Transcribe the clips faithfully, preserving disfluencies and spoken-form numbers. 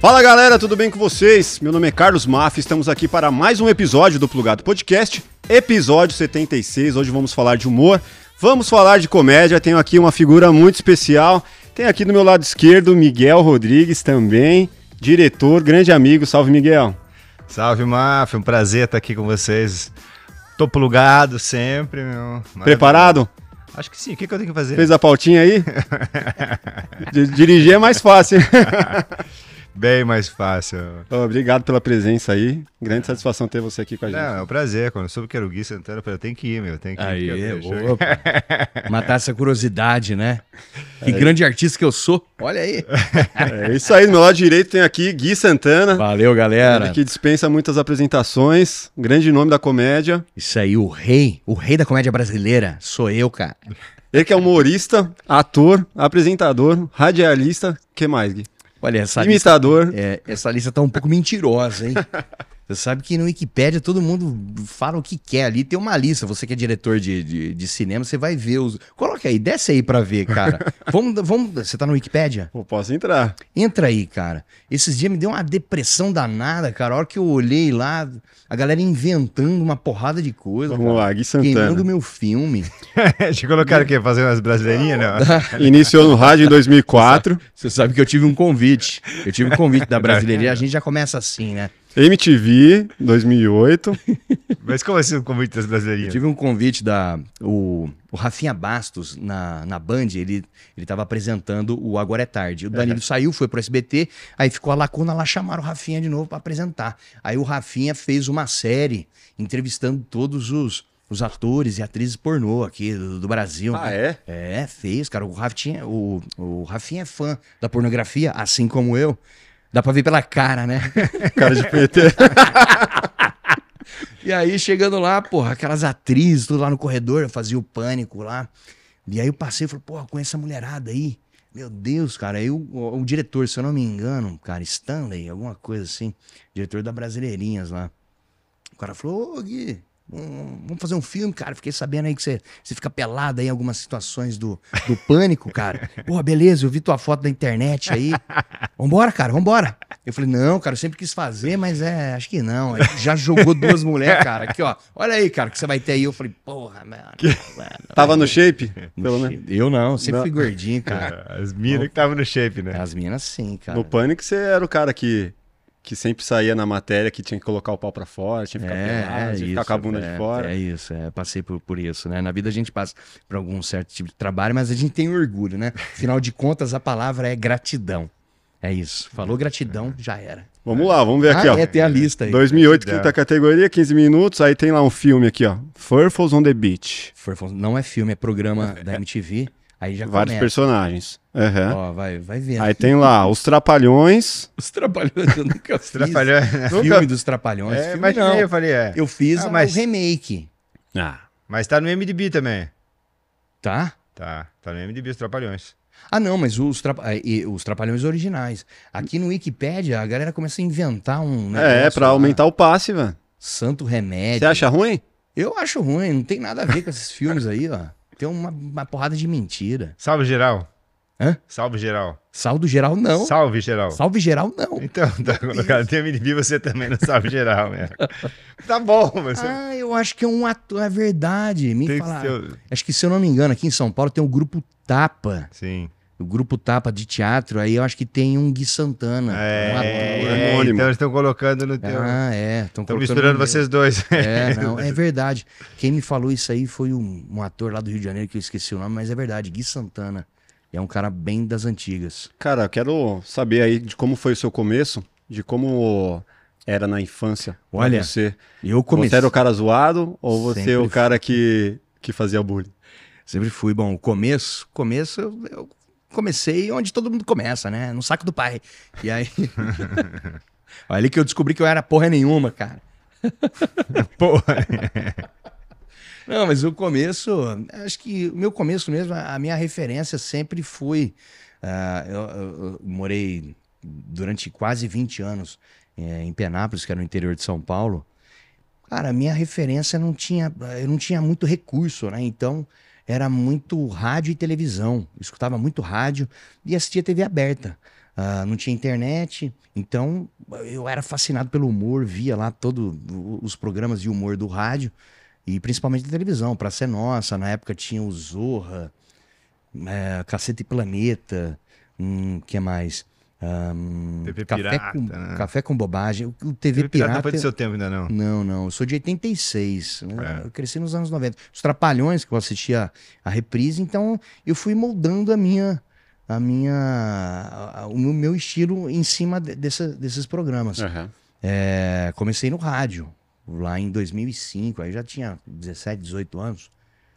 Fala galera, tudo bem com vocês? Meu nome é Carlos Maff, estamos aqui para mais um episódio do Plugado Podcast, episódio setenta e seis. Hoje vamos falar de humor, vamos falar de comédia. Tenho aqui uma figura muito especial. Tem aqui do meu lado esquerdo Miguel Rodrigues também, diretor, grande amigo. Salve, Miguel. Salve, Maff, um prazer estar aqui com vocês. Tô plugado sempre, meu. Maravilha. Preparado? Acho que sim. O que, que eu tenho que fazer? Fez a pautinha aí? Dirigir é mais fácil. Bem mais fácil. Obrigado pela presença aí. Grande satisfação ter você aqui com a gente. Não, é um prazer. Quando eu soube que era o Gui Santana, eu falei, eu tenho que ir, meu. Tenho que ir. Aí, eu boa, matar essa curiosidade, né? Que é. Grande artista que eu sou. Olha aí. É isso aí. Do meu lado direito tem aqui Gui Santana. Valeu, galera. Que dispensa muitas apresentações. Um grande nome da comédia. Isso aí, o rei. O rei da comédia brasileira. Sou eu, cara. Ele que é humorista, ator, apresentador, radialista. O que mais, Gui? Olha, essa imitador. Lista, é, essa lista tá um pouco mentirosa, hein? Você sabe que no Wikipédia todo mundo fala o que quer ali. Tem uma lista, você que é diretor de, de, de cinema, você vai ver os... Coloca aí, desce aí pra ver, cara. vamos, vamos... Você tá no Wikipédia? Eu posso entrar. Entra aí, cara. Esses dias me deu uma depressão danada, cara. A hora que eu olhei lá, a galera inventando uma porrada de coisa. Vamos cara, lá, Gui Santana. Queimando meu filme. Te colocaram o quê? Fazendo umas brasileirinhas, não? Iniciou no rádio em dois mil e quatro. Você sabe, você sabe que eu tive um convite. Eu tive um convite da Brasileirinha. A gente já começa assim, né? M T V, dois mil e oito. Mas como assim o convite das brasileirinhas? Eu tive um convite da... O, o Rafinha Bastos, na, na Band, ele ele tava apresentando o Agora é Tarde. O Danilo é. saiu, foi pro S B T, aí ficou a lacuna lá, chamaram o Rafinha de novo para apresentar. Aí o Rafinha fez uma série entrevistando todos os, os atores e atrizes pornô aqui do, do Brasil. Ah, né? é? É, fez, cara. O Rafinha, o, o Rafinha é fã da pornografia, assim como eu. Dá pra ver pela cara, né? Cara de P T. E aí, chegando lá, porra, aquelas atrizes, tudo lá no corredor, eu fazia o Pânico lá. E aí eu passei e falei, porra, com essa mulherada aí. Meu Deus, cara. Aí o, o, o diretor, se eu não me engano, cara, Stanley, alguma coisa assim, diretor da Brasileirinhas lá. O cara falou, ô Gui, um, vamos fazer um filme, cara. Fiquei sabendo aí que você, você fica pelado aí em algumas situações do, do Pânico, cara. Porra, beleza, eu vi tua foto da internet aí. Vambora, cara, vambora. Eu falei, não, cara, eu sempre quis fazer, mas é, acho que não. Aí já jogou duas mulheres, cara. Aqui, ó, olha aí, cara, o que você vai ter aí. Eu falei, porra, mano. mano Tava no shape? No Pelo shape. menos. Eu não, sempre não. fui gordinho, cara. As minas que estavam no shape, né? As minas sim, cara. No Pânico você era o cara que, que sempre saía na matéria, que tinha que colocar o pau pra fora, tinha que ficar É, pelado, é tinha que ficar isso, com a bunda é, de fora. É isso, é, passei por, por isso, né? Na vida a gente passa por algum certo tipo de trabalho, mas a gente tem orgulho, né? Afinal de contas, a palavra é gratidão. É isso. Falou gratidão, já era. Vamos lá, vamos ver aqui, ah, ó. É, tem a lista aí. dois mil e oito, quinta categoria, quinze minutos. Aí tem lá um filme aqui, ó. Furfles on the Beach. Furfles não é filme, é programa da M T V. Aí já Vários começa. personagens. Uhum. Ó, vai, vai ver. Aí tem lá Os Trapalhões. Os Trapalhões, eu nunca fiz. Trapalhões. Filme Nunca... dos Trapalhões. É, filme mas não. eu falei, é. Eu fiz ah, o mas... remake. Ah. Mas tá no M D B também. Tá? Tá, tá no M D B os Trapalhões. Ah, não, mas os, tra... os Trapalhões originais. Aqui no Wikipédia, a galera começa a inventar um negócio. É, pra lá. aumentar o passe, velho. Santo Remédio. Você acha ruim? Eu acho ruim, não tem nada a ver com esses filmes aí, ó. Tem uma, uma porrada de mentira. Salve geral. Hã? Salve geral. Saldo geral, não. Salve geral. Salve geral, não. Então, tá colocado. Tem M D B, você também não salve geral, mesmo. Tá bom, você. Ah, eu acho que é um ator, é verdade. Me Tem fala. seu... Acho que, se eu não me engano, aqui em São Paulo tem o grupo Tapa. Sim. O grupo Tapa de teatro, aí eu acho que tem um Gui Santana. É, um ator. é, anônimo. então eles estão colocando no teu. Ah, é. Estão misturando vocês dois. É, não, é verdade. Quem me falou isso aí foi um, um ator lá do Rio de Janeiro, que eu esqueci o nome, mas é verdade, Gui Santana. É um cara bem das antigas. Cara, eu quero saber aí de como foi o seu começo, de como era na infância. Olha, você. Eu comecei... Você era o cara zoado ou você Sempre é o fui. cara que, que fazia bullying? Sempre fui. Bom, o começo, começo eu, eu comecei onde todo mundo começa, né? No saco do pai. E aí... Olha ali que eu descobri que eu era porra nenhuma, cara. Porra. Não, mas o começo, acho que o meu começo mesmo, a minha referência sempre foi... Uh, eu, eu, eu morei durante quase vinte anos é, em Penápolis, que era no interior de São Paulo. Cara, a minha referência não tinha... Eu não tinha muito recurso, né? Então, era muito rádio e televisão. Eu escutava muito rádio e assistia T V aberta. uh, não tinha internet, então eu era fascinado pelo humor, via lá todos os programas de humor do rádio, e principalmente da televisão, Pra Ser Nossa, na época tinha o Zorra, é, Cacete e Planeta, hum, que mais? Um, T V café, Pirata, com, né? Café com Bobagem. O T V, T V Pirata não Pirata foi do seu tempo ainda, não? Não, não. Eu sou de oitenta e seis. Né? É. Eu cresci nos anos noventa. Os Trapalhões, que eu assistia a reprise, então eu fui moldando a minha, a minha, a- a- o meu estilo em cima de- dessa- desses programas. Aham. É, comecei no rádio, lá em dois mil e cinco, aí já tinha dezessete, dezoito anos.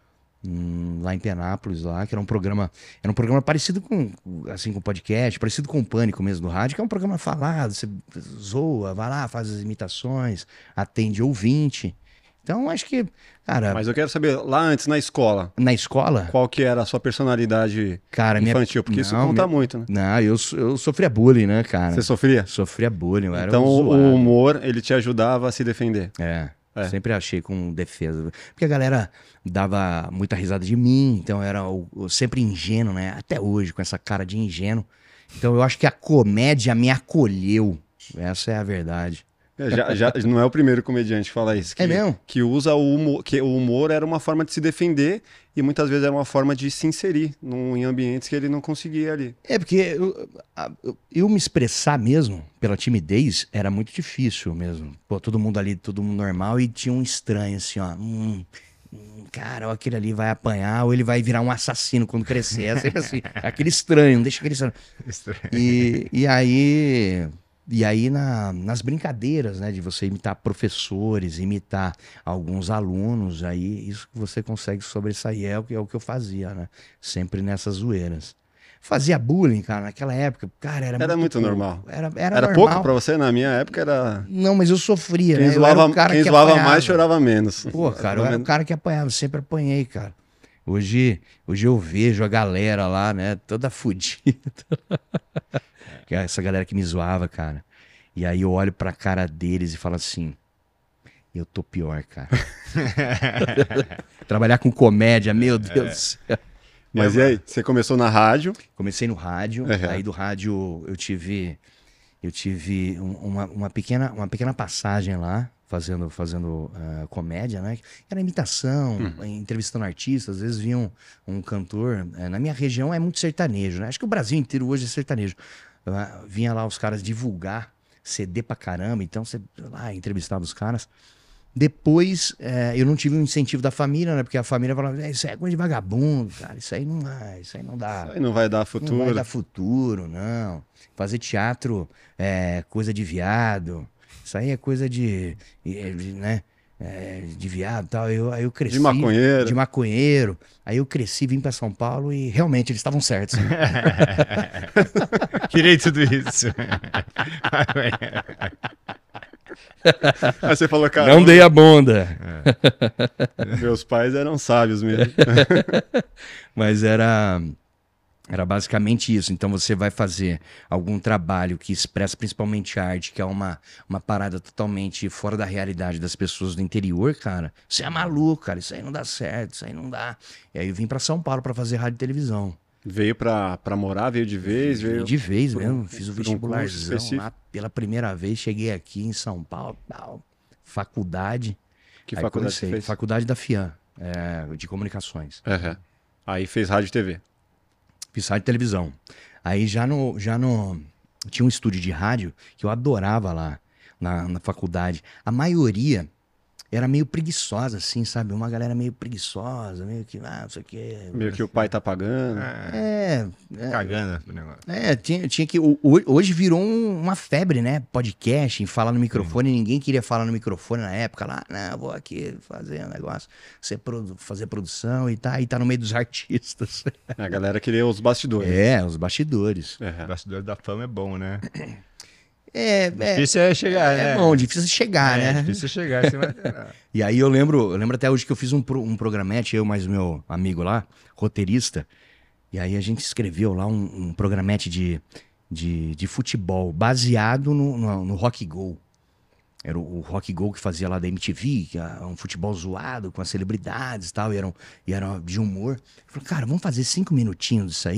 Hum, lá em Penápolis, lá, que era um programa, era um programa parecido com, assim, com podcast, parecido com o Pânico mesmo do rádio, que é um programa falado, você zoa, vai lá, faz as imitações, atende ouvinte. Então, acho que, cara, Mas eu quero saber, lá antes, na escola, na escola, qual que era a sua personalidade cara, minha... infantil? Porque isso Não, conta minha- muito, né? Não, eu, so- eu sofria bullying, né, cara? Você sofria? Sofria bullying, eu era Então um o zoado. o humor, ele te ajudava a se defender. É, É. sempre achei com defesa. Porque a galera dava muita risada de mim, então eu era o, o- sempre ingênuo, né? Até hoje, com essa cara de ingênuo. Então eu acho que a comédia me acolheu. Essa é a verdade. É, Já, já- não é o primeiro comediante que fala isso. Que, É mesmo? Que usa o humor, que o humor era uma forma de se defender e muitas vezes era uma forma de se inserir num, em ambientes que ele não conseguia ali. É, porque eu, a- eu- eu me expressar mesmo pela timidez era muito difícil mesmo. Pô, todo mundo ali, todo mundo normal, e tinha um estranho assim, ó. Hum, hum, cara, ó, aquele ali vai apanhar ou ele vai virar um assassino quando crescer. É sempre assim, aquele estranho, não deixa aquele estranho. Estranho. E, e aí, e aí na- nas brincadeiras, né, de você imitar professores, imitar alguns alunos, aí isso que você consegue sobressair é o que, é o que eu fazia, né? Sempre nessas zoeiras. Fazia bullying, cara, naquela época, cara, era, Era muito pouco. normal. Era, era, Era normal. pouco pra você? Na minha época era. Não, mas eu sofria, Quem né? Eu era zoava, o cara quem que zoava apanhava. mais chorava menos. Pô, cara, eu era o cara que apanhava, sempre apanhei, cara. Hoje, hoje eu vejo a galera lá, né, toda fodida. Que é essa galera que me zoava, cara. E aí eu olho pra cara deles e falo assim, eu tô pior, cara. Trabalhar com comédia, meu Deus do céu. Mas e aí? Você começou na rádio? Comecei no rádio, Uhum. aí do rádio eu tive eu tive um- uma, uma, pequena, uma pequena passagem lá, fazendo, fazendo ah, comédia, né? Era imitação, entrevistando artistas, às vezes vinha um, um cantor. eh, na minha região é muito sertanejo, né? Acho que o Brasil inteiro hoje é sertanejo. Ah, vinha lá os caras divulgar C D pra caramba, então você lá entrevistava os caras. Depois, eh, eu não tive um incentivo da família, né? Porque a família falava, "É, isso aí é coisa de vagabundo, cara, isso aí não dá, isso aí não dá. Aí não vai dar Não futuro. vai dar futuro, não. Fazer teatro é coisa de viado. Isso aí é coisa de, de- de, né? É, de viado e tal. Eu, aí eu cresci. De maconheiro. De maconheiro. Aí eu cresci, vim pra São Paulo e realmente eles estavam certos. Tirei tudo isso. Aí você falou, cara, Não dei a bonda. meus pais eram sábios mesmo. Mas era, era basicamente isso. Então você vai fazer algum trabalho que expressa principalmente arte, que é uma, uma parada totalmente fora da realidade das pessoas do interior, cara. Você é maluco, cara. Isso aí não dá certo, isso aí não dá. E aí eu vim pra São Paulo pra fazer rádio e televisão. Veio pra, pra morar, veio de vez, veio. De vez por mesmo. um- Fiz o por um curso vestibularzão específico. lá pela primeira vez. Cheguei aqui em São Paulo, tal, faculdade. Que Aí faculdade você comecei, fez? Faculdade da FIAM, é, de comunicações. Aham. Aí fez rádio e T V. Fiz rádio e televisão. Aí já no, já no... Tinha um estúdio de rádio que eu adorava lá na, na faculdade. A maioria era meio preguiçosa, assim, sabe? Uma galera meio preguiçosa, meio que, ah, não sei o quê. Meio que o pai tá pagando. É, é, Cagando pro negócio. é, tinha, tinha que. o- o- Hoje virou um- uma febre, né? Podcast, em falar no microfone. Ninguém queria falar no microfone na época lá. Não, vou aqui fazer um negócio, ser produ- fazer produção e tá, e tá no meio dos artistas. A galera queria os bastidores. É, os bastidores. O Aham. bastidor da fama é bom, né? É, é, Difícil é chegar, né? é bom, difícil chegar, É, né? difícil chegar. Você vai... E aí eu lembro, eu lembro até hoje que eu fiz um, pro- um programete, eu mais o meu amigo lá, roteirista, e aí a gente escreveu lá um, um programete de, de, de futebol, baseado no, no, no Rock Go. Era o, o Rock Go que fazia lá da M T V, que era um futebol zoado, com as celebridades e tal, e era, um- e era de humor. Eu falei, cara, vamos fazer cinco minutinhos disso aí?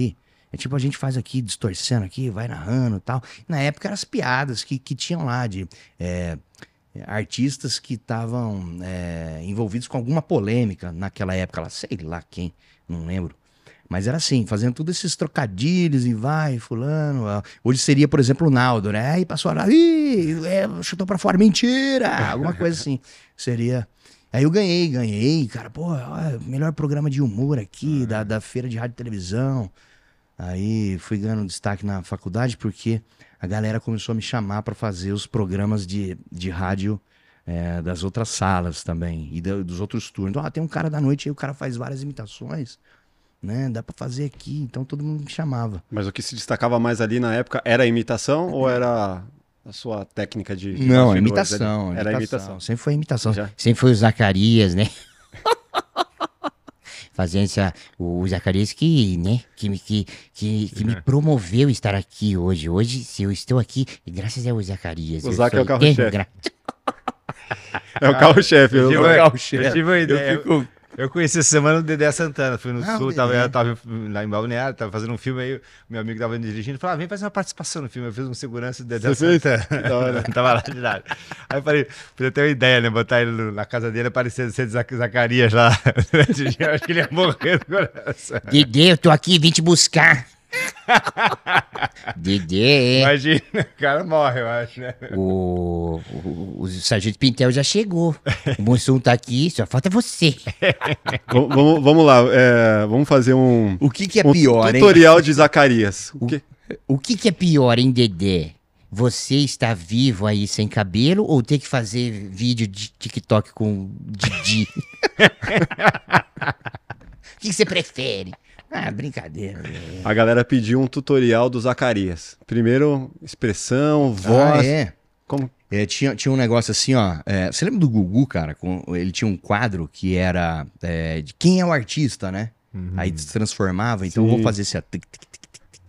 É tipo, a gente faz aqui, distorcendo aqui, vai narrando e tal. Na época eram as piadas que, que tinham lá de é, artistas que estavam é, envolvidos com alguma polêmica naquela época, lá, sei lá quem, não lembro. Mas era assim, fazendo todos esses trocadilhos e vai, fulano. Ó. Hoje seria, por exemplo, o Naldo, né? Aí passou lá, ih, é, chutou pra fora, mentira! Alguma coisa assim. Seria... Aí eu ganhei, ganhei, cara, pô, ó, melhor programa de humor aqui, da, da feira de rádio e televisão. Aí fui ganhando destaque na faculdade porque a galera começou a me chamar pra fazer os programas de, de rádio é, das outras salas também, e do, dos outros turnos. Ah, tem um cara da noite aí, o cara faz várias imitações, né? Dá pra fazer aqui, então todo mundo me chamava. Mas o que se destacava mais ali na época era a imitação ou era a sua técnica de... de Não, a bastidores imitação, ali? a Era a imitação. imitação. Sempre foi imitação. Já. Sempre foi o Zacarias, né? Fazendo essa, o Zacarias que, né, que, me- que, que, que me promoveu estar aqui hoje. Hoje, se eu estou aqui, graças ao Zacarias. O Eu Zaca é o sou carro-chefe. eterno gra- É o carro-chefe. Eu eu- tive, Legal, eu chefe. tive uma ideia. Eu fico- Eu conheci essa semana o Dedé Santana, fui no Ah, o sul, Dedé. tava, eu tava lá em Balneário, tava fazendo um filme aí, meu amigo tava dirigindo, falou, ah, vem fazer uma participação no filme, eu fiz um segurança do Dedé Você fez? Santana. Que da hora. Tava lá de nada. Aí eu falei, podia ter uma ideia, né, botar ele no- na casa dele, aparecer ser de Zac- Zacarias lá, eu acho que ele ia morrer do coração. Dedê, eu tô aqui, vim te buscar. Dedê, Imagina, o cara morre, eu acho, né? o, o, o Sargento Pintel já chegou. O Mussum tá aqui, só falta você. V- vamos, vamos lá, é, vamos fazer um, O que que é um pior, hein? tutorial de Zacarias. O que- O que que é pior, hein, Dedé? Você estar vivo aí sem cabelo ou ter que fazer vídeo de TikTok com Didi? O que que você prefere? Ah, brincadeira. velho. A galera pediu um tutorial do Zacarias. Primeiro, expressão, voz. Ah, é? Como... É, tinha, tinha um negócio assim, ó. é, você lembra do Gugu, cara? Com- ele tinha um quadro que era é, de quem é o artista, né? Aí se transformava. Então eu Sim. vou fazer esse. ó, tic, tic, tic, tic, tic.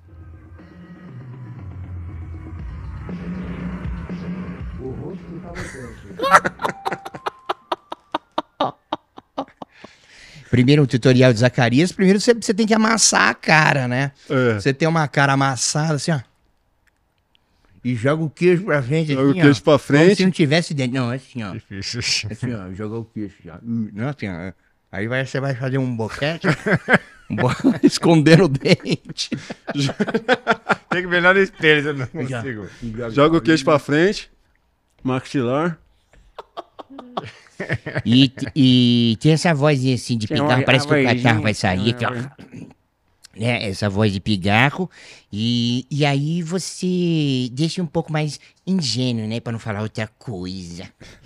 Primeiro um tutorial de Zacarias. Primeiro você, você tem que amassar a cara, né? É. Você tem uma cara amassada assim, ó. E joga o queijo pra frente, Joga o assim, queijo ó. pra frente. Como se não tivesse dentro. Não, assim, ó. Difícil. Assim, ó, jogar o queijo, ó. Hum, Não, assim, ó. Aí vai, você vai fazer um boquete, um bo... esconder o dente. Tem que ver lá no espelho, eu não Já. consigo. Joga o queijo pra frente. Maxilar. E, e tem essa vozinha assim de Tem pigarro, uma- parece que uma o catarro vozinha, vai sair tem aqui, uma ó. Né, essa voz de pigarro. E, e aí você deixa um pouco mais ingênuo, né? Pra não falar outra coisa.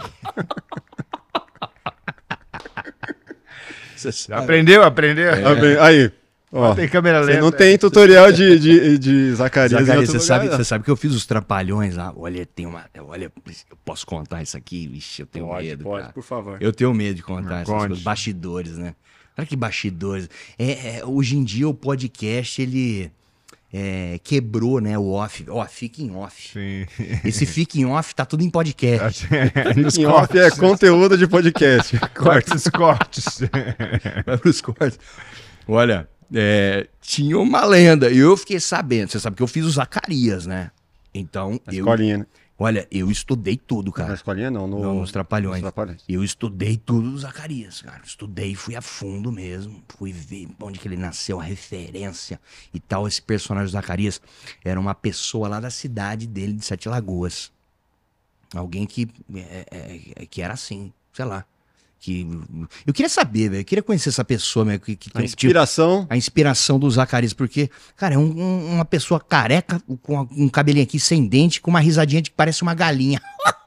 Aprendeu, aprendeu? Ah, bem, Aí, ó. Tem câmera Você lenta. não tem tutorial de, de, de Zacarias. em Zacarias, outro você lugar, sabe, não. você sabe que eu fiz os trapalhões lá. Olha, tem uma. Olha, eu posso contar isso aqui? Vixe, eu tenho Pode, medo. pode, cara. por favor. Eu tenho medo de contar essas Conte. coisas. Bastidores, né? Olha que bastidores. É, é, hoje em dia o podcast, ele é, quebrou, né? O off. Ó, fica em off. Sim. Esse fica em off tá tudo em podcast. Nos Em off é cortes. conteúdo de podcast. Cortes, cortes. Vai pros cortes. Olha, é, tinha uma lenda. E eu fiquei sabendo. Você sabe que eu fiz o Zacarias, né? Então, Na eu. escolinha, né? Olha, eu estudei tudo, Na cara. escolinha não, no, Não, nos Trapalhões. nos Trapalhões. Eu estudei tudo do Zacarias, cara. Estudei, fui a fundo mesmo. Fui ver onde que ele nasceu, a referência e tal. Esse personagem do Zacarias era uma pessoa lá da cidade dele, de Sete Lagoas. Alguém que, é, é, é, que era assim, sei lá. Que, eu queria saber, velho. Eu queria conhecer essa pessoa, meu, que, que A tem tipo, inspiração. a inspiração do Zacarias, porque, cara, é um- um- uma pessoa careca, com a- um cabelinho aqui sem dente, com uma risadinha de que parece uma galinha.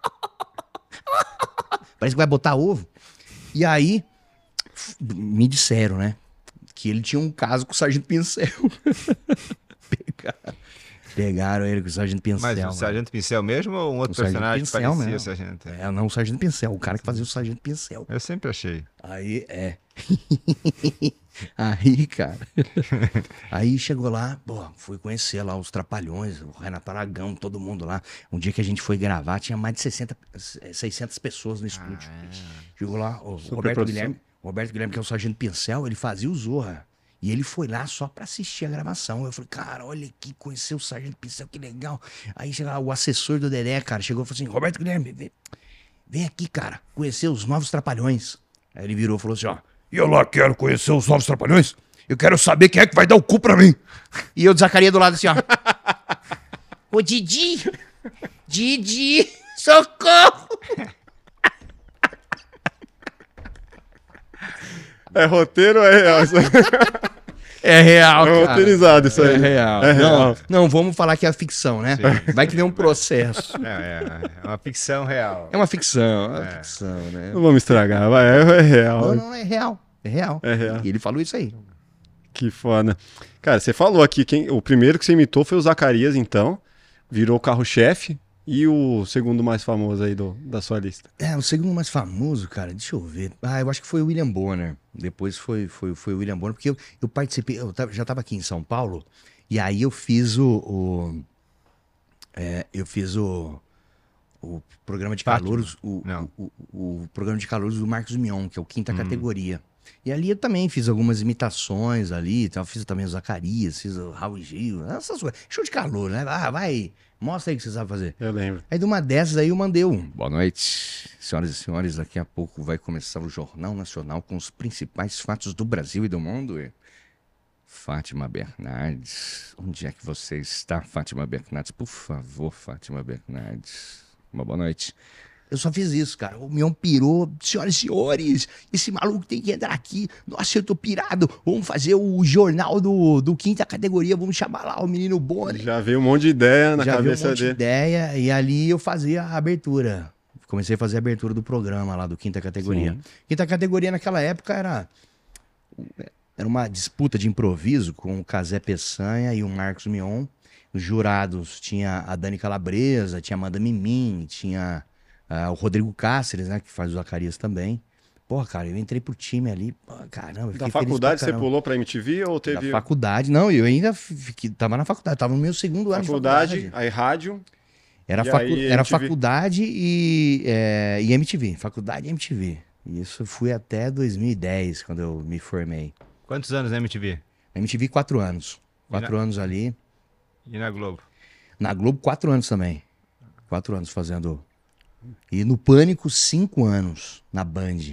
Parece que vai botar ovo. E aí, f- me disseram, né, que ele tinha um caso com o Sargento Pincel. Pegaram, pegaram ele com o Sargento Pincel. Mas o mano. Sargento Pincel mesmo ou um outro O Sargento personagem Pincel que parecia mesmo. o Sargento? É, não o Sargento Pincel, o cara que fazia o Sargento Pincel. Eu sempre achei. Aí, é. Aí, cara. Aí chegou lá, pô, fui conhecer lá os Trapalhões, o Renato Aragão, todo mundo lá. Um dia que a gente foi gravar, tinha mais de sessenta, seiscentas pessoas no estúdio. Chegou lá, o Roberto produção. Guilherme, o Roberto Guilherme, que é o Sargento Pincel, ele fazia o Zorra. E ele foi lá só pra assistir a gravação. Eu falei, cara, olha aqui, conheceu o Sargento Pincel, que legal. Aí chega lá, o assessor do Dedé, cara, chegou e falou assim, Roberto Guilherme, vem, vem aqui, cara, conhecer os Novos Trapalhões. Aí ele virou e falou assim, ó, e eu lá quero conhecer os Novos Trapalhões? Eu quero saber quem é que vai dar o cu pra mim. E eu de Zacarias do lado assim, ó. Ô, Didi, Didi, socorro. É roteiro ou é real? É real, É cara. roteirizado isso aí. É real. É não, real. não, vamos falar que é a ficção, né? Sim. Vai que vem um processo. É, é, é uma ficção real. É uma ficção, é uma É. ficção, né? Não vamos estragar, vai, é, é real. Não, não, é real. É real. É real. E ele falou isso aí. Que foda. Cara, você falou aqui, quem, o primeiro que você imitou foi o Zacarias, então. Virou o carro-chefe. E o segundo mais famoso aí do, da sua lista? É, o segundo mais famoso, cara, deixa eu ver. Ah, eu acho que foi o William Bonner. Depois foi, foi, foi o William Bonner, porque eu, eu participei, eu tava- já estava aqui em São Paulo, e aí eu fiz o. o- é, eu fiz o. O programa de Fátima. calouros, o, Não. o, o, o programa de calouros do Marcos Mion, que é o quinta Hum. categoria. E ali eu também fiz algumas imitações ali, então, fiz também o Zacarias, fiz o Raul Gil, essas coisas. Show de calor, né? Ah, vai, mostra aí o que você sabe fazer. Eu lembro. Aí de uma dessas aí eu mandei um. Boa noite, senhoras e senhores. Daqui a pouco vai começar o Jornal Nacional com os principais fatos do Brasil e do mundo. E... Fátima Bernardes. Onde é que você está, Fátima Bernardes? Por favor, Fátima Bernardes. Uma boa noite. Eu só fiz isso, cara. O Mion pirou. Senhoras e senhores, esse maluco tem que entrar aqui. Nossa, eu tô pirado. Vamos fazer o jornal do, do quinta categoria. Vamos chamar lá o menino Bonner. Já veio um monte de ideia na Já vi um cabeça monte de dele. ideia e ali eu fazia a abertura. Comecei a fazer a abertura do programa lá do quinta categoria. Sim. Quinta categoria naquela época era era uma disputa de improviso com o Casé Peçanha e o Marcos Mion. Os jurados tinha a Dani Calabresa, tinha a Amanda Mimim, tinha ah, o Rodrigo Cáceres, né, que faz o Zacarias também. Porra, cara, eu entrei pro time ali, pô, caramba, eu fiquei Da feliz pra faculdade você caramba. pulou pra M T V ou Da teve faculdade, não, eu ainda fiquei, tava na faculdade, tava no meu segundo ano faculdade, de faculdade. aí rádio? Era, E facu- aí, era M T V? faculdade e, é, e M T V. Faculdade e M T V. E isso fui até dois mil e dez, quando eu me formei. Quantos anos na M T V? Na M T V, quatro anos. Quatro na- anos ali. E na Globo? Na Globo, quatro anos também. Quatro anos fazendo. E no Pânico, cinco anos. Na Band.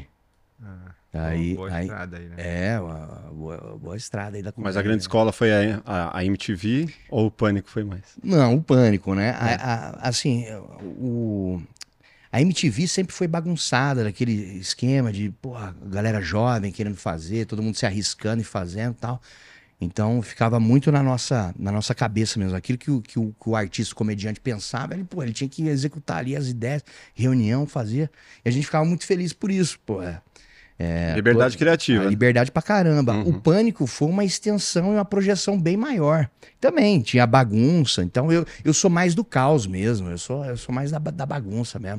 aí, Boa aí, estrada aí, né? é, uma boa, boa estrada aí da Mas a comédia, grande né? escola foi a, a, a M T V ou o Pânico foi mais? Não, o Pânico, né? É. A- a- assim, o, a M T V sempre foi bagunçada, daquele esquema de, porra, galera jovem querendo fazer, todo mundo se arriscando e fazendo e tal. Então ficava muito na nossa, na nossa cabeça mesmo. Aquilo que o, que o, que o artista, o comediante pensava, ele, pô, ele tinha que executar ali as ideias, reunião, fazia. E a gente ficava muito feliz por isso, pô. É, é, Liberdade pô, criativa. a né? liberdade pra caramba. Uhum. O Pânico foi uma extensão e uma projeção bem maior. Também tinha bagunça, então eu, eu sou mais do caos mesmo, eu sou, eu sou mais da, ba- da bagunça mesmo.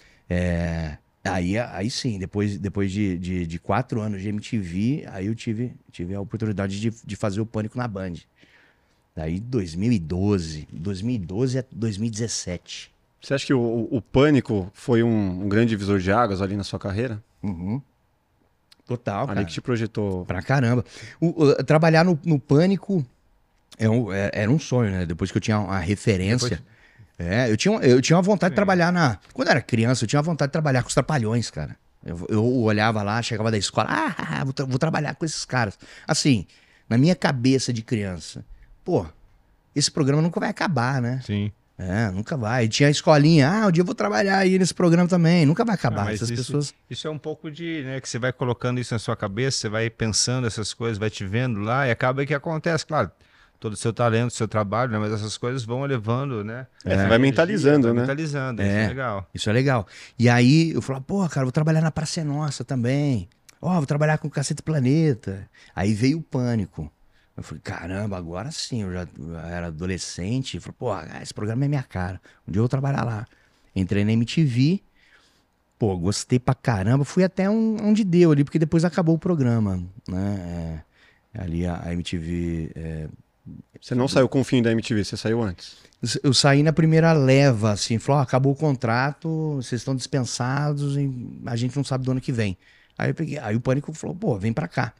É, aí, aí sim, depois, depois de, de, de quatro anos de M T V, aí eu tive, tive a oportunidade de, de fazer o Pânico na Band. Daí dois mil e doze, dois mil e doze a dois mil e dezessete. Você acha que o, o- o Pânico foi um, um grande divisor de águas ali na sua carreira? Uhum. Total, Ali cara. que te projetou. Pra caramba. O- o- trabalhar no, no Pânico é um- é- era um sonho, né? Depois que eu tinha uma referência. É, eu tinha, eu tinha uma vontade de trabalhar na. Quando eu era criança, eu tinha uma vontade de trabalhar com os Trapalhões, cara. Eu, eu olhava lá, chegava da escola, ah, vou, tra- vou trabalhar com esses caras. Assim, na minha cabeça de criança, pô, esse programa nunca vai acabar, né? Sim. É, nunca vai. E tinha a escolinha, ah, um dia eu vou trabalhar aí nesse programa também. Nunca vai Ah, acabar. mas Essas isso, pessoas. isso é um pouco de, né, que você vai colocando isso na sua cabeça, você vai pensando essas coisas, vai te vendo lá e acaba que acontece, claro, todo o seu talento, seu trabalho, né, mas essas coisas vão levando, né? É, você vai mentalizando, vai né? mentalizando, isso É. é legal. Isso é legal. E aí eu falava, pô, cara, vou trabalhar na Praça é Nossa também. Ó, vou trabalhar com o Cacete Planeta. Aí veio o Pânico. Eu falei, caramba, agora sim, eu já eu era adolescente. Falei, pô, esse programa é minha cara. Um dia eu vou trabalhar lá. Entrei na M T V. Pô, gostei pra caramba. Fui até um- onde deu ali, porque depois acabou o programa, né? É, ali a, a M T V... é, Você não saiu com o fim da M T V, você saiu antes. eu saí na primeira leva, assim, falou, ó, acabou o contrato, vocês estão dispensados e a gente não sabe do ano que vem. Aí eu peguei, aí o Pânico falou, pô, vem pra cá.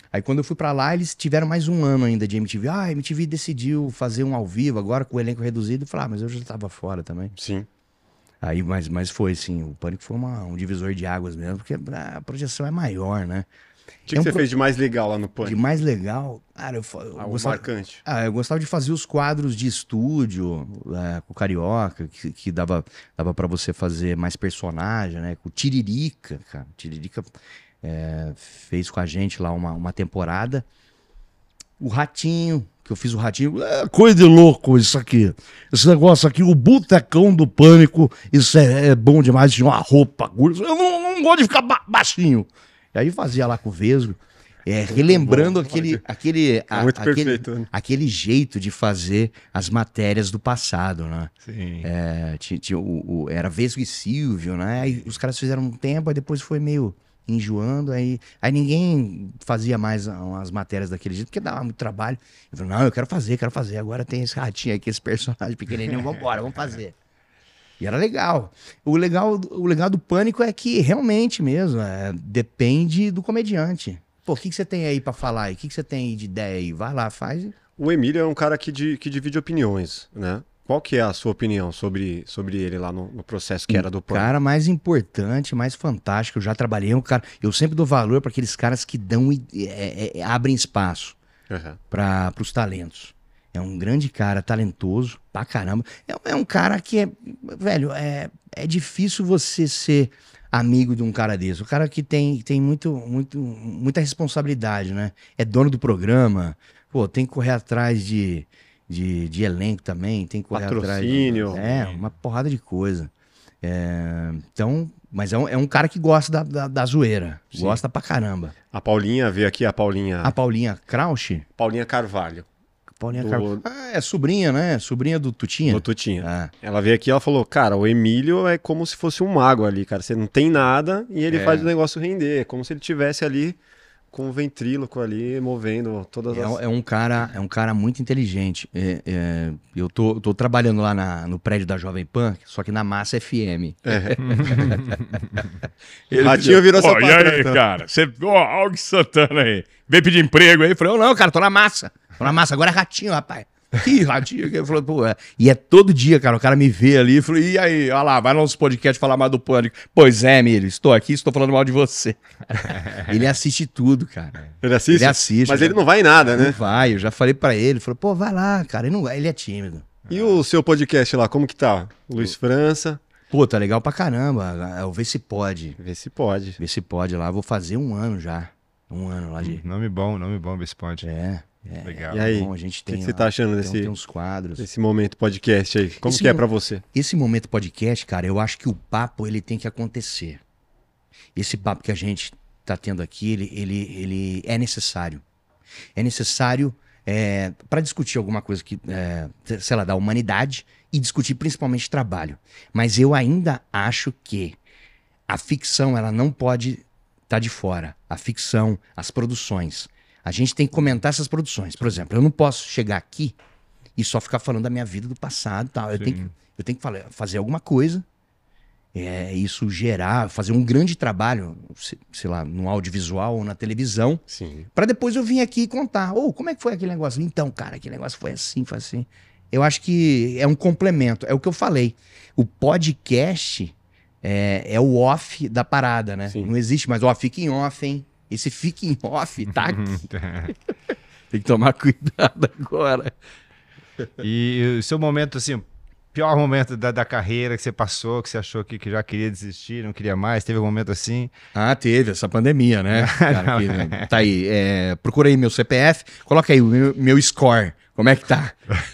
Aí quando eu fui pra lá, eles tiveram mais um ano ainda de M T V. Ah, a M T V decidiu fazer um ao vivo agora com o elenco reduzido. Eu falei, ah, mas eu já tava fora também. Sim. Aí, mas, mas foi sim, o Pânico foi uma, um divisor de águas mesmo, porque a projeção é maior, né? O que, É que um você pro- fez de mais legal lá no De Pânico? mais legal, cara, eu, fa- eu Algo gostava, marcante. ah, eu gostava de fazer os quadros de estúdio é, com o Carioca, que, que dava, dava para você fazer mais personagem, né? Com o Tiririca, cara. O Tiririca é, fez com a gente lá uma, uma temporada. O Ratinho, que eu fiz o Ratinho. É coisa de louco isso aqui. Esse negócio aqui, o botecão do Pânico, isso é, é bom demais. Tinha uma roupa curta. Eu não, não gosto de ficar ba- baixinho. E aí fazia lá com o Vesgo. É, relembrando bom. aquele, aquele, a- Muito aquele, perfeito, né? aquele jeito de fazer as matérias do passado, né? Sim. É, ti- tinha o, o- era Vesgo e Silvio, né? Aí os caras fizeram um tempo, aí depois foi meio enjoando, aí, aí ninguém fazia mais as matérias daquele jeito, porque dava muito trabalho. Eu falei, não, eu quero fazer, quero fazer. Agora tem esse ratinho aqui, esse personagem pequenininho, vambora, vamos fazer. E era legal. O legal, o legal do Pânico é que realmente mesmo, é, depende do comediante. Pô, o que, que você tem aí pra falar aí? O que, que você tem aí de ideia aí? Vai lá, faz. O Emílio é um cara que, di- que divide opiniões, né? Qual que é a sua opinião sobre, sobre ele lá no, no processo que era do O Pânico? cara mais importante, mais fantástico. Eu já trabalhei, um cara. Eu sempre dou valor para aqueles caras que dão e é, é, abrem espaço Uhum. para os talentos. É um grande cara, talentoso pra caramba. É, é um cara que é, velho, é, é difícil você ser amigo de um cara desse. O cara que tem, tem muito, muito, muita responsabilidade, né? É dono do programa. Pô, tem que correr atrás de, de, de elenco também, tem que correr Patrocínio. atrás. De, é, uma porrada de coisa. É, então, mas é um, é um cara que gosta da, da, da zoeira. Sim. Gosta pra caramba. A Paulinha, veio aqui a Paulinha, A Paulinha Krausch. Paulinha Carvalho, Paulinha Do- Krausch. Ah, é sobrinha, né? Sobrinha do Tutinha. do Tutinha. Ah, Ela veio aqui e ela falou, cara, o Emílio é como se fosse um mago ali, cara. Você não tem nada e ele É. faz o negócio render. É como se ele tivesse ali com o ventríloco ali, movendo todas é, as... é um cara, é um cara muito inteligente. É, é, eu tô, tô trabalhando lá na- no prédio da Jovem Pan, só que na Massa F M. O Ratinho virou seu Ó, e aí, patrão. cara? Você, ó, Alg Santana aí. Veio pedir emprego aí. Eu falei, oh, não, cara, tô na Massa. Tô na Massa, agora é Ratinho, rapaz. Ih, Ratinho. Ele falou, pô, é. E é todo dia, cara, o cara me vê ali e falou, e aí, olha lá, vai no nosso podcast falar mal do Pânico. Pois é, Emílio, estou aqui, estou falando mal de você. Ele assiste tudo, cara. Ele assiste? Ele assiste, Mas cara. ele não vai em nada, Não né? vai, eu já falei pra ele, ele falou, pô, vai lá, cara. Ele não vai, ele é tímido. E o seu podcast lá, como que tá? Luiz França, Pô, tá legal pra caramba. É o Vê Se Pode. vê se pode. Vê Se Pode lá. Vou fazer um ano já. Um ano lá de... Nome bom, nome bom, Visponte. É, é. Legal. E aí, Bom, a gente o que, tem que você lá- tá achando tem, desse, tem uns quadros. desse momento podcast aí? Como Esse que é mo- pra você? Esse momento podcast, cara, eu acho que o papo ele tem que acontecer. Esse papo que a gente tá tendo aqui, ele, ele, ele é necessário. É necessário é, para discutir alguma coisa que, é, sei lá, da humanidade e discutir principalmente trabalho. Mas eu ainda acho que a ficção ela não pode estar de fora. A ficção, as produções. A gente tem que comentar essas produções. Por exemplo, eu não posso chegar aqui e só ficar falando da minha vida do passado e tal. Eu tenho que, eu tenho que falar- fazer alguma coisa, é, isso gerar, fazer um grande trabalho, se- sei lá, no audiovisual ou na televisão, Sim. pra depois eu vir aqui e contar. Ô, como é que foi aquele negócio? Então, cara, aquele negócio foi assim, foi assim. Eu acho que é um complemento, é o que eu falei. O podcast é, é o off da parada, né? Sim. Não existe mais, ó, fica em off, hein? Esse fica em off, tá aqui. Tem que tomar cuidado agora. E o seu momento, assim, pior momento da, da carreira que você passou, que você achou que, que já queria desistir, não queria mais, teve um momento assim? Ah, teve essa pandemia, né? Cara, que- tá aí. É, procura aí meu C P F, coloca aí o meu, meu score. Como é que tá?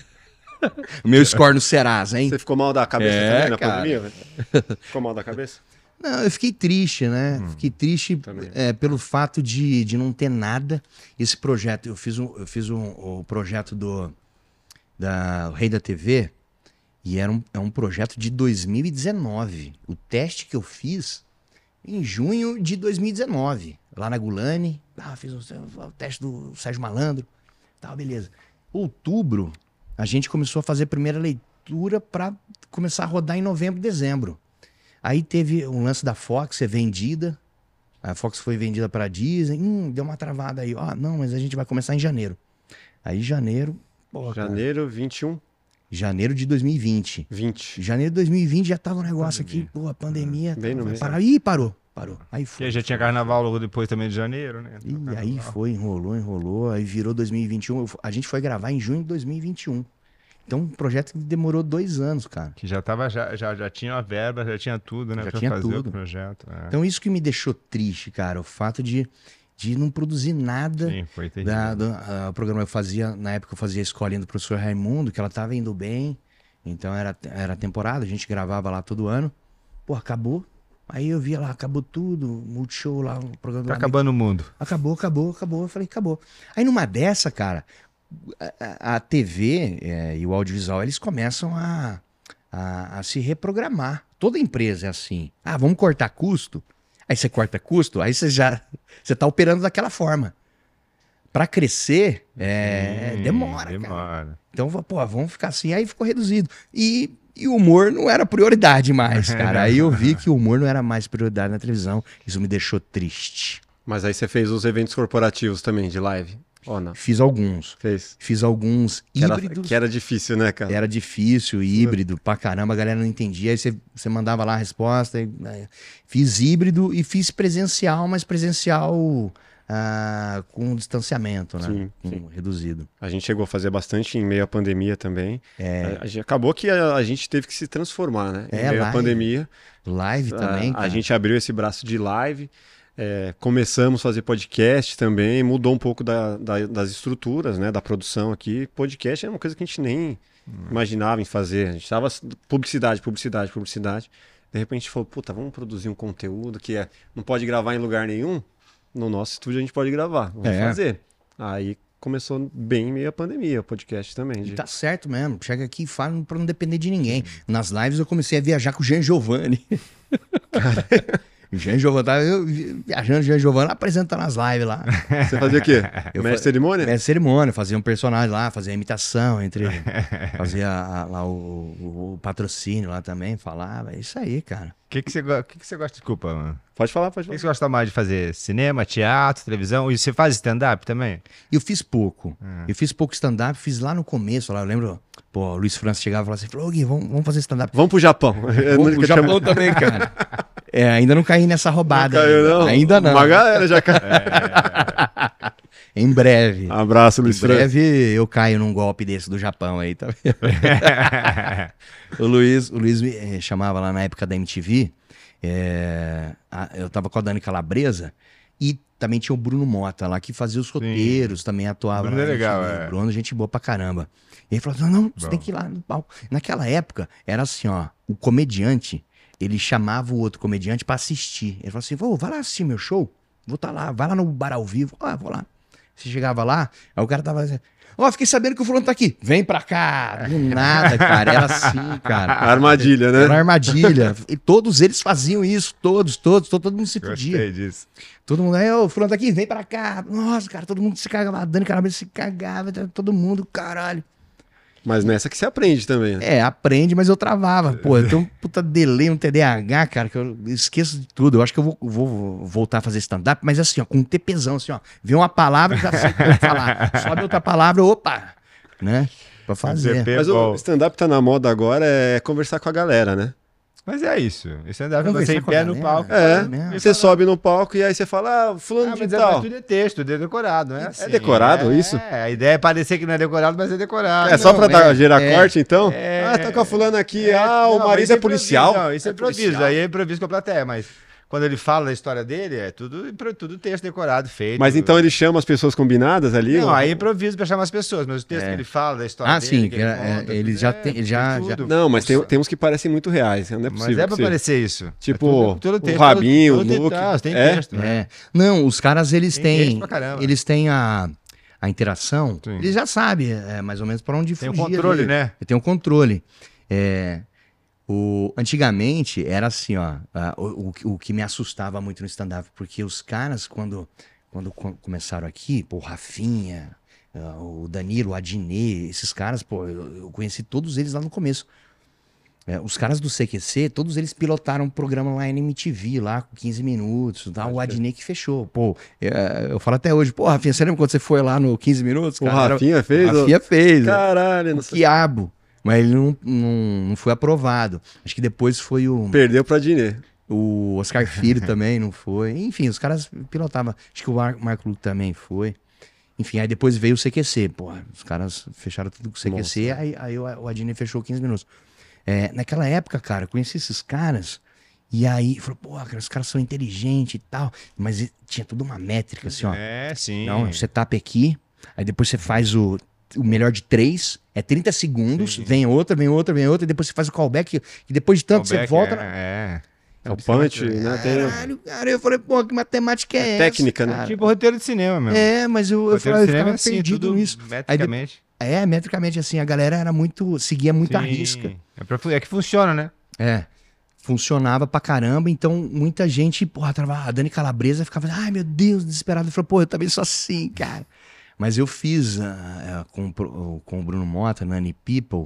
O meu score no Serasa, hein? Você ficou mal da cabeça É, também na cara. pandemia? velho? Ficou mal da cabeça? Não, eu fiquei triste, né? Fiquei triste também. é, pelo fato de, de não ter nada. Esse projeto, eu fiz, um, eu fiz um, o projeto do da o Rei da T V e era um, é um projeto de dois mil e dezenove. O teste que eu fiz em junho de dois mil e dezenove, lá na Gulani. Ah, fiz o, o teste do Sérgio Malandro. Tá, beleza. Outubro, a gente começou a fazer a primeira leitura para começar a rodar em novembro, dezembro. Aí teve um lance da Fox ser vendida A Fox foi vendida pra Disney. Hum, deu uma travada aí. Ó, não, mas a gente vai começar em janeiro. Aí janeiro... Porra, Janeiro vinte e um, cara, janeiro de dois mil e vinte. vinte. Janeiro de dois mil e vinte já tava um negócio aqui. Pô, a pandemia... Bem no vai meio. parar. Ih, parou. Parou. Aí E foi. aí já tinha carnaval logo depois também de janeiro, né? E aí foi, enrolou, enrolou. Aí virou dois mil e vinte e um. Eu- A gente foi gravar em junho de dois mil e vinte e um. Então, um projeto que demorou dois anos, cara. Que já tava, já, já, já tinha a verba, já tinha tudo, né? Já pra tinha fazer tudo. o projeto. É. Então, isso que me deixou triste, cara. O fato de, de não produzir nada. Sim, foi terrível. Da, do, a- o programa eu fazia, na época eu fazia a escolinha do professor Raimundo, que ela tava indo bem. Então, era, era temporada, a gente gravava lá todo ano. Pô, acabou. Aí eu via lá, acabou tudo, Multishow lá, o programa do Tá amigo. acabando o mundo. Acabou, acabou, acabou. Eu falei, acabou. Aí numa dessa, cara, a, a- a T V é, e o audiovisual, eles começam a, a, a se reprogramar. Toda empresa é assim. Ah, vamos cortar custo? Aí você corta custo, aí você já você tá operando daquela forma. Pra crescer, é, Sim, demora, cara. Demora. Então, pô, vamos ficar assim. Aí ficou reduzido. E, e o humor não era prioridade mais, cara. Aí eu vi que o humor não era mais prioridade na televisão. Isso me deixou triste. Mas aí você fez os eventos corporativos também, de live? Ou não? Fiz alguns. Fez. Fiz alguns Que era, híbridos. que era difícil, né, cara? Era difícil, híbrido, pra caramba, a galera não entendia. Aí você, você mandava lá a resposta. E, né, fiz híbrido e fiz presencial, mas presencial ah, com distanciamento, né? Sim, Com- sim. reduzido. A gente chegou a fazer bastante em meio à pandemia também. É. A, a gente- acabou que a, a gente teve que se transformar, né? Em É, meio à live. pandemia. Live também, a, cara. a gente abriu esse braço de live. É, começamos a fazer podcast também, mudou um pouco da- da- das estruturas, né, da produção aqui. Podcast é uma coisa que a gente nem imaginava em fazer. A gente tava publicidade, publicidade, publicidade. De repente a gente falou, puta, vamos produzir um conteúdo que é, não pode gravar em lugar nenhum. No nosso estúdio a gente pode gravar, vamos É. fazer. Aí começou bem em meio à pandemia, o podcast também. E de- tá certo mesmo. Chega aqui e fala pra não depender de ninguém. Nas lives eu comecei a viajar com o Jean Giovanni. O Jean Giovanni, tava eu vi- viajando, o Jean Giovanni apresentando as lives lá. Você fazia o quê? Eu Mestre fa- de cerimônia? Mestre de cerimônia, fazia um personagem lá, fazia a imitação entre. Fazia a- lá o, o- o patrocínio lá também, falava. É isso aí, cara. O que, que, você, go- que, que você gosta? Desculpa, mano. Pode falar, pode O que, que falar. você gosta mais de fazer? Cinema, teatro, televisão? E você faz stand-up também? Eu fiz pouco. Ah. Eu fiz pouco stand-up, fiz lá no começo, lá, eu lembro. Pô, o Luiz França chegava e falava assim: falou, Gui, vamos, vamos fazer stand-up. Vamos pro Japão. Eu Vamos nunca pro tinha- Japão também, cara. É, ainda não caí nessa roubada. Não caiu, ainda. não? Ainda não. Uma galera já caiu. Em breve. Abraço, Em Luiz França. breve eu caio num golpe desse do Japão aí, tá vendo? O Luiz, o Luiz me eh, chamava lá na época da M T V. eh, a- eu tava com a Dani Calabresa e também tinha o Bruno Mota lá que fazia os roteiros, também atuava. Bruno lá é na legal, M T V. é. Bruno, gente boa pra caramba. E ele falou: não, não, você Bom. tem que ir lá no palco. Naquela época, era assim, ó, o comediante, ele chamava o outro comediante pra assistir. Ele falou assim: Vô, vai lá assistir meu show. Vou estar lá, vai lá no bar ao vivo. Ah, vou lá. Você chegava lá, aí o cara tava assim: ó, fiquei sabendo que o fulano tá aqui. Vem pra cá. Do nada, cara. Era assim, cara. Armadilha, né? Era armadilha. E todos eles faziam isso. Todos, todos. Todo, todo mundo se fudia. Gostei disso. Todo mundo, aí, ô, o fulano tá aqui, vem pra cá. Nossa, cara, todo mundo se cagava. A Dani Calabresa se cagava. Todo mundo, caralho. Mas nessa que você aprende também, né? É, aprende, mas eu travava. Pô, eu tenho um puta delay, um T D A H, cara, que eu esqueço de tudo. Eu acho que eu vou, vou voltar a fazer stand-up, mas assim, ó, com um TPzão, assim, ó. Vê uma palavra, já sei o que eu vou falar. Sobe outra palavra, opa! Né? Pra fazer. T P. Mas o bom. stand-up tá na moda agora é conversar com a galera, né? Mas é isso. Esse stand-up é Conversar você em com a pé no galera. palco. É, é mesmo. você sobe no palco e aí você fala, ah, fulano Ah, de mas é, tal. mas tudo é texto, tudo é decorado, né? É decorado isso? É, a ideia é parecer que não é decorado, mas é decorado. É só não, pra dar, é- gerar é- corte, então? é- ah, tá com a fulana aqui, É, ah, o não, marido mas é improviso, policial. Não, isso é, É improviso. policial. Aí é improviso com a plateia, mas quando ele fala da história dele, é tudo, impro- tudo texto decorado, feito. Mas então ele chama as pessoas combinadas ali? Não, ou- aí é improviso pra chamar as pessoas, mas o texto É. que ele fala da história Ah, dele. sim, que que ele, é- conta, ele tudo já é- tem- ele já- tudo. já- Não, mas tem, tem uns que parecem muito reais, não é Mas possível. é pra que seja. parecer isso. Tipo, É tudo- tudo o texto, Rabinho, tudo- o tudo Luke. texto, Tem É? texto, né? É. Não, os caras, eles Tem texto têm. pra caramba. Eles têm a, a interação. Sim. Eles já sabem, é, mais ou menos, pra onde Tem um fugir controle, ali. né? Tem um controle. É, o, antigamente era assim, ó. a- o, o, o que me assustava muito no stand-up, porque os caras, quando, quando co- começaram aqui, pô, o Rafinha, ah, o Danilo, o Adnet, esses caras, pô, eu, eu conheci todos eles lá no começo. É, os caras do C Q C, todos eles pilotaram um programa lá na M T V, lá com quinze minutos, tá? O Adnet que fechou. Pô, é, eu falo até hoje, pô, Rafinha, você lembra quando você foi lá no quinze minutos? O Cara, Rafinha era... fez? O Rafinha fez. Caralho, o não sei. quiabo. Mas ele não, não, não foi aprovado. Acho que depois foi o, Perdeu pra Adnet. o Oscar Filho também, não foi. Enfim, os caras pilotavam. Acho que o Mar Marco Luque também foi. Enfim, aí depois veio o C Q C. Pô, os caras fecharam tudo com o C Q C, Nossa. aí, aí o, o Adnet fechou quinze minutos. É, naquela época, cara, eu conheci esses caras, e aí, falou, pô, cara, os caras são inteligentes e tal, mas e- tinha toda uma métrica, assim, ó. É, sim. Não, você tapa aqui, aí depois você faz o, o melhor de três, é trinta segundos, Sim. vem outra, vem outra, vem outra, e depois você faz o callback, e depois de tanto você Callback, volta... É, na- é. É o punch, né? Tem Caralho, cara, eu falei, pô, que matemática é, É essa, técnica, né? cara? Tipo roteiro de cinema mesmo. É, mas eu, eu, Roteiro falava, eu de cinema ficava é assim, perdido tudo nisso. Aí de- metricamente. É, metricamente, assim, a galera era muito, seguia muito a Sim. risca. É, pra, é que funciona, né? É. Funcionava pra caramba, então muita gente, porra, tava, a Dani Calabresa ficava, ai meu Deus, desesperado. Eu falei, pô, eu também sou assim, cara. Mas eu fiz ah, com, o Pro- com o Bruno Mota, Nani People,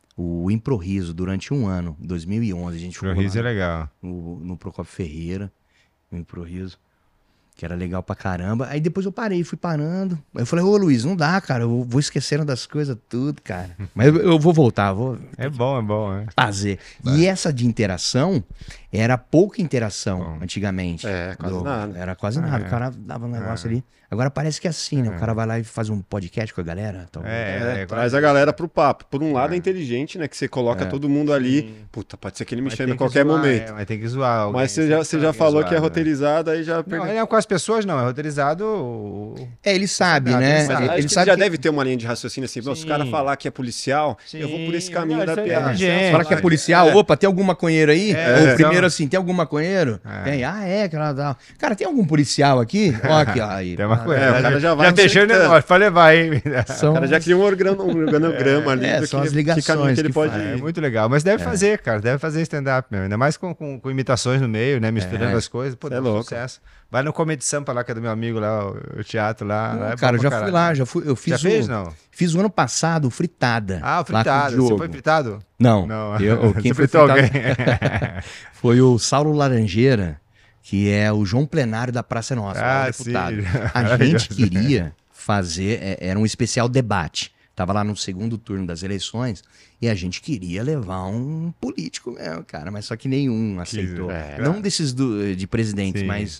o Improviso durante um ano, dois mil e onze. A gente O ficou riso é lá legal. no, no Procopio Ferreira, o Improviso, que era legal pra caramba. Aí depois eu parei, fui parando. Aí eu falei, ô Luiz, não dá, cara, eu vou esquecendo das coisas tudo, cara. Mas eu, eu vou voltar, vou, É bom, é bom, é. fazer. E essa de interação era pouca interação Bom. antigamente. É, quase Do- nada. Era quase nada. É. O cara dava um negócio ali. Agora parece que é assim, né? O cara vai lá e faz um podcast com a galera. Então... É, É, é, traz a galera pro papo. Por um lado é inteligente, né? Que você coloca É. todo mundo ali. Sim. Puta, pode ser que ele me Mas chame tem a que qualquer zoar, momento. é, mas tem que zoar alguém. Mas você já, você já Tem falou que é zoar, né? roteirizado, aí já Não, perdeu. não é com as pessoas, não. É roteirizado. o- É, ele sabe, Ah, né? ele sabe. Ele, Acho ele que sabe já que... deve ter uma linha de raciocínio assim. Se os Sim. caras falar que é policial, eu vou por esse Sim, caminho não, da isso é piada. inteligente. Fala que é policial, É. opa, tem algum maconheiro aí? É, Ou então- primeiro assim, tem algum maconheiro? É. Tem, ah, é, cara, tá. Cara, tem algum policial aqui? Ó, aqui, ó. Aí. Tem uma coisa. É, o cara já vai Já fechou o acertando. negócio pra levar, hein? São... O cara já cria um organograma, um organograma ali É, do são que, as ligações que caminho que ele que pode faz. É ir. muito legal. Mas deve fazer, cara. Deve fazer stand-up mesmo. Ainda mais com, com, com imitações no meio, né? Misturando É. as coisas. Pô, Cê dá é um louco. sucesso. Vai no Comedy Sampa lá, que é do meu amigo lá, o, o teatro lá. lá é bom Cara, eu pra já fui caralho. lá, já fui. Eu fiz Já fez, o, não? Fiz o ano passado, o Fritada. Ah, o lá com fritado. Você Diogo. foi fritado? Não. Não. Eu, quem Você foi fritou fritado alguém? foi o Saulo Laranjeira, que é o João Plenário da Praça Nossa, lá, Ah, o deputado. sim. A Maravilhoso. gente queria fazer, é, era um especial debate. Tava lá no segundo turno das eleições e a gente queria levar um político mesmo, cara, mas só que nenhum aceitou. é. Não desses do- de presidentes, Sim. mas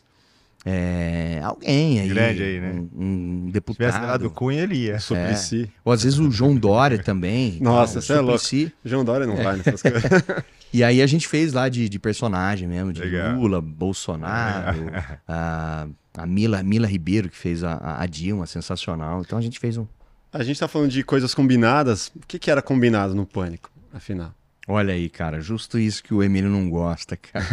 é, alguém aí. Grande aí, né? Um, um Se tivesse lá deputado. do Cunha, ele ia. Suplicy. Ou às vezes o João Dória também. Nossa, Não, o você é louco. Suplicy. João Dória não vai nessas coisas. E aí a gente fez lá de, de personagem mesmo, de Legal. Lula, Bolsonaro, a, a Mila, Mila Ribeiro, que fez a, a Dilma, sensacional. Então a gente fez um... A gente tá falando de coisas combinadas. O que, que era combinado no Pânico, afinal? Olha aí, cara, justo isso que o Emílio não gosta, cara.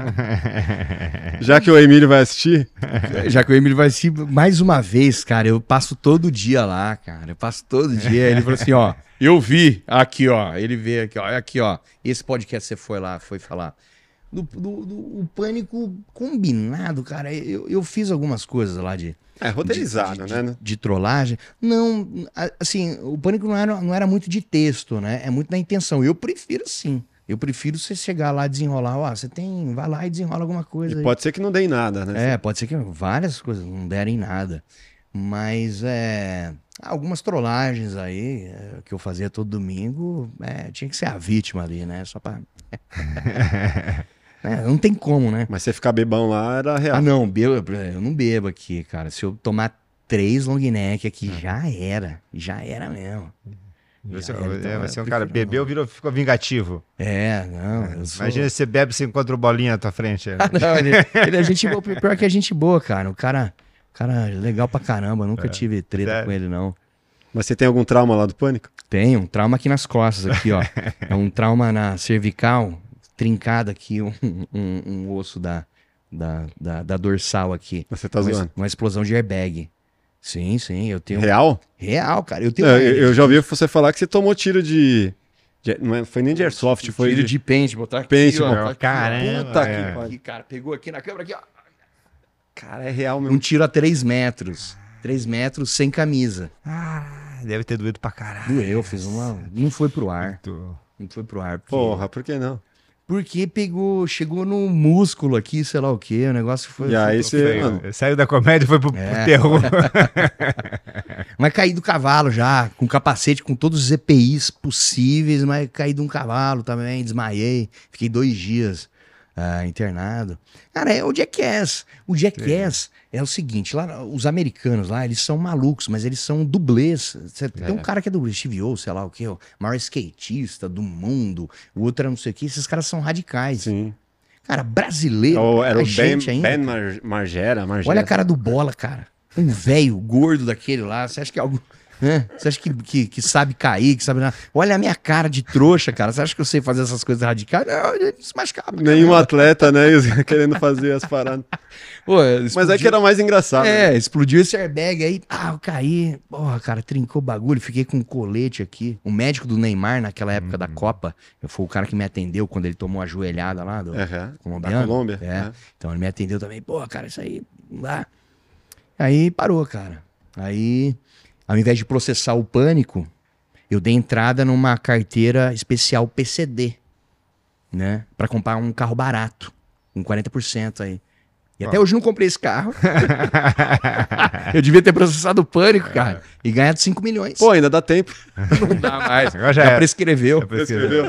Já que o Emílio vai assistir, Já que o Emílio vai assistir mais uma vez, cara, eu passo todo dia lá, cara. Eu passo todo dia. Ele falou assim, ó, eu vi aqui, ó. Ele vê aqui, ó, aqui, ó. Esse podcast você foi lá, foi falar. Do, do, do- o Pânico combinado, cara. Eu, eu fiz algumas coisas lá de... é roteirizado, de, né? de, de trollagem. Não, a- assim, o Pânico não era, não era muito de texto, né? É muito na intenção. Eu prefiro sim. Eu prefiro você chegar lá e desenrolar. Ó, você tem. Vai lá e desenrola alguma coisa. E aí. pode ser que não dê em nada, né? É, pode ser que várias coisas não derem nada. Mas é. Algumas trollagens aí é, que eu fazia todo domingo, é, tinha que ser a vítima ali, né? Só pra. É, não tem como, né? Mas você ficar bebão lá era real. Ah, não, bebo, eu não bebo aqui, cara. Se eu tomar três long neck aqui, já era. Já era mesmo. Você, Já era, então, é, eu você é um prefiro cara, não. bebeu, virou, ficou vingativo. É, não. Eu sou... Imagina se você bebe, você encontra o bolinha na tua frente. Ah, não, ele, ele é gente boa. Pior que é gente boa, cara. O cara, cara legal pra caramba. Nunca tive treta sério? com ele, não. Mas você tem algum trauma lá do Pânico? Tem um trauma aqui nas costas, aqui, ó. É um trauma na cervical, trincado aqui, um, um, um osso da, da, da, da dorsal aqui. Você tá uma, zoando? uma explosão de airbag. Sim, sim, eu tenho. Real? Real, cara. Eu tenho. Não, uma- eu, eu já ouvi você falar que você tomou tiro de. de- não é- foi nem de airsoft, foi tiro de. de pente, botar aqui, Pente, ó, mano. aqui, ó. Caramba, Puta é. que pariu, cara. Pegou aqui na câmera, aqui, ó. Cara, é real mesmo. Um tiro a três metros. Três metros sem camisa. Ah, deve ter doído pra caralho. Doeu, fiz uma. Não foi pro ar. Tu- Não foi pro ar. Porque... Porra, por que não? Porque pegou, chegou no músculo aqui, sei lá o quê, o negócio foi... E aí foi- você, Saiu, mano... saiu da comédia e foi pro, É. pro terror. Mas caí do cavalo já, com capacete, com todos os E P Is possíveis, mas caí de um cavalo também, desmaiei, fiquei dois dias ah, internado. Cara, é o Jackass. O Jackass é. o seguinte, lá, os americanos lá, eles são malucos, mas eles são dublês. Cê- Tem um cara que é dublê, Steve O, sei lá o quê, o maior skatista do mundo, o outro é não sei o quê, esses caras são radicais. Sim. Cara, brasileiro, O- Era a o Ben, gente ainda... ben Mar- Margera, Margera. Olha a cara do Bola, cara. Um velho gordo daquele lá. Você acha que é algo. Hã? Você acha que, que, que sabe cair, que sabe. nada? Olha a minha cara de trouxa, cara. Você acha que eu sei fazer essas coisas radicais? Não, eu se machucava. Nenhum atleta, né? Querendo fazer as paradas. Pô, Mas é explodiu- que era mais engraçado. né? É, explodiu esse airbag aí. Ah, eu caí. Porra, cara, trincou o bagulho. Fiquei com um colete aqui. O médico do Neymar, naquela época da Copa, foi o cara que me atendeu quando ele tomou a joelhada lá do Aham. Da colombiano. Colômbia. É. É. Então ele me atendeu também. Pô, cara, isso aí não dá. Aí parou, cara. Aí, ao invés de processar o pânico, eu dei entrada numa carteira especial P C D, né? Pra comprar um carro barato, com quarenta por cento aí. E até hoje não comprei esse carro. Eu devia ter processado o pânico, cara, e ganhado cinco milhões. Pô, ainda dá tempo. não dá mais. Agora já Já era. prescreveu. Escreveu?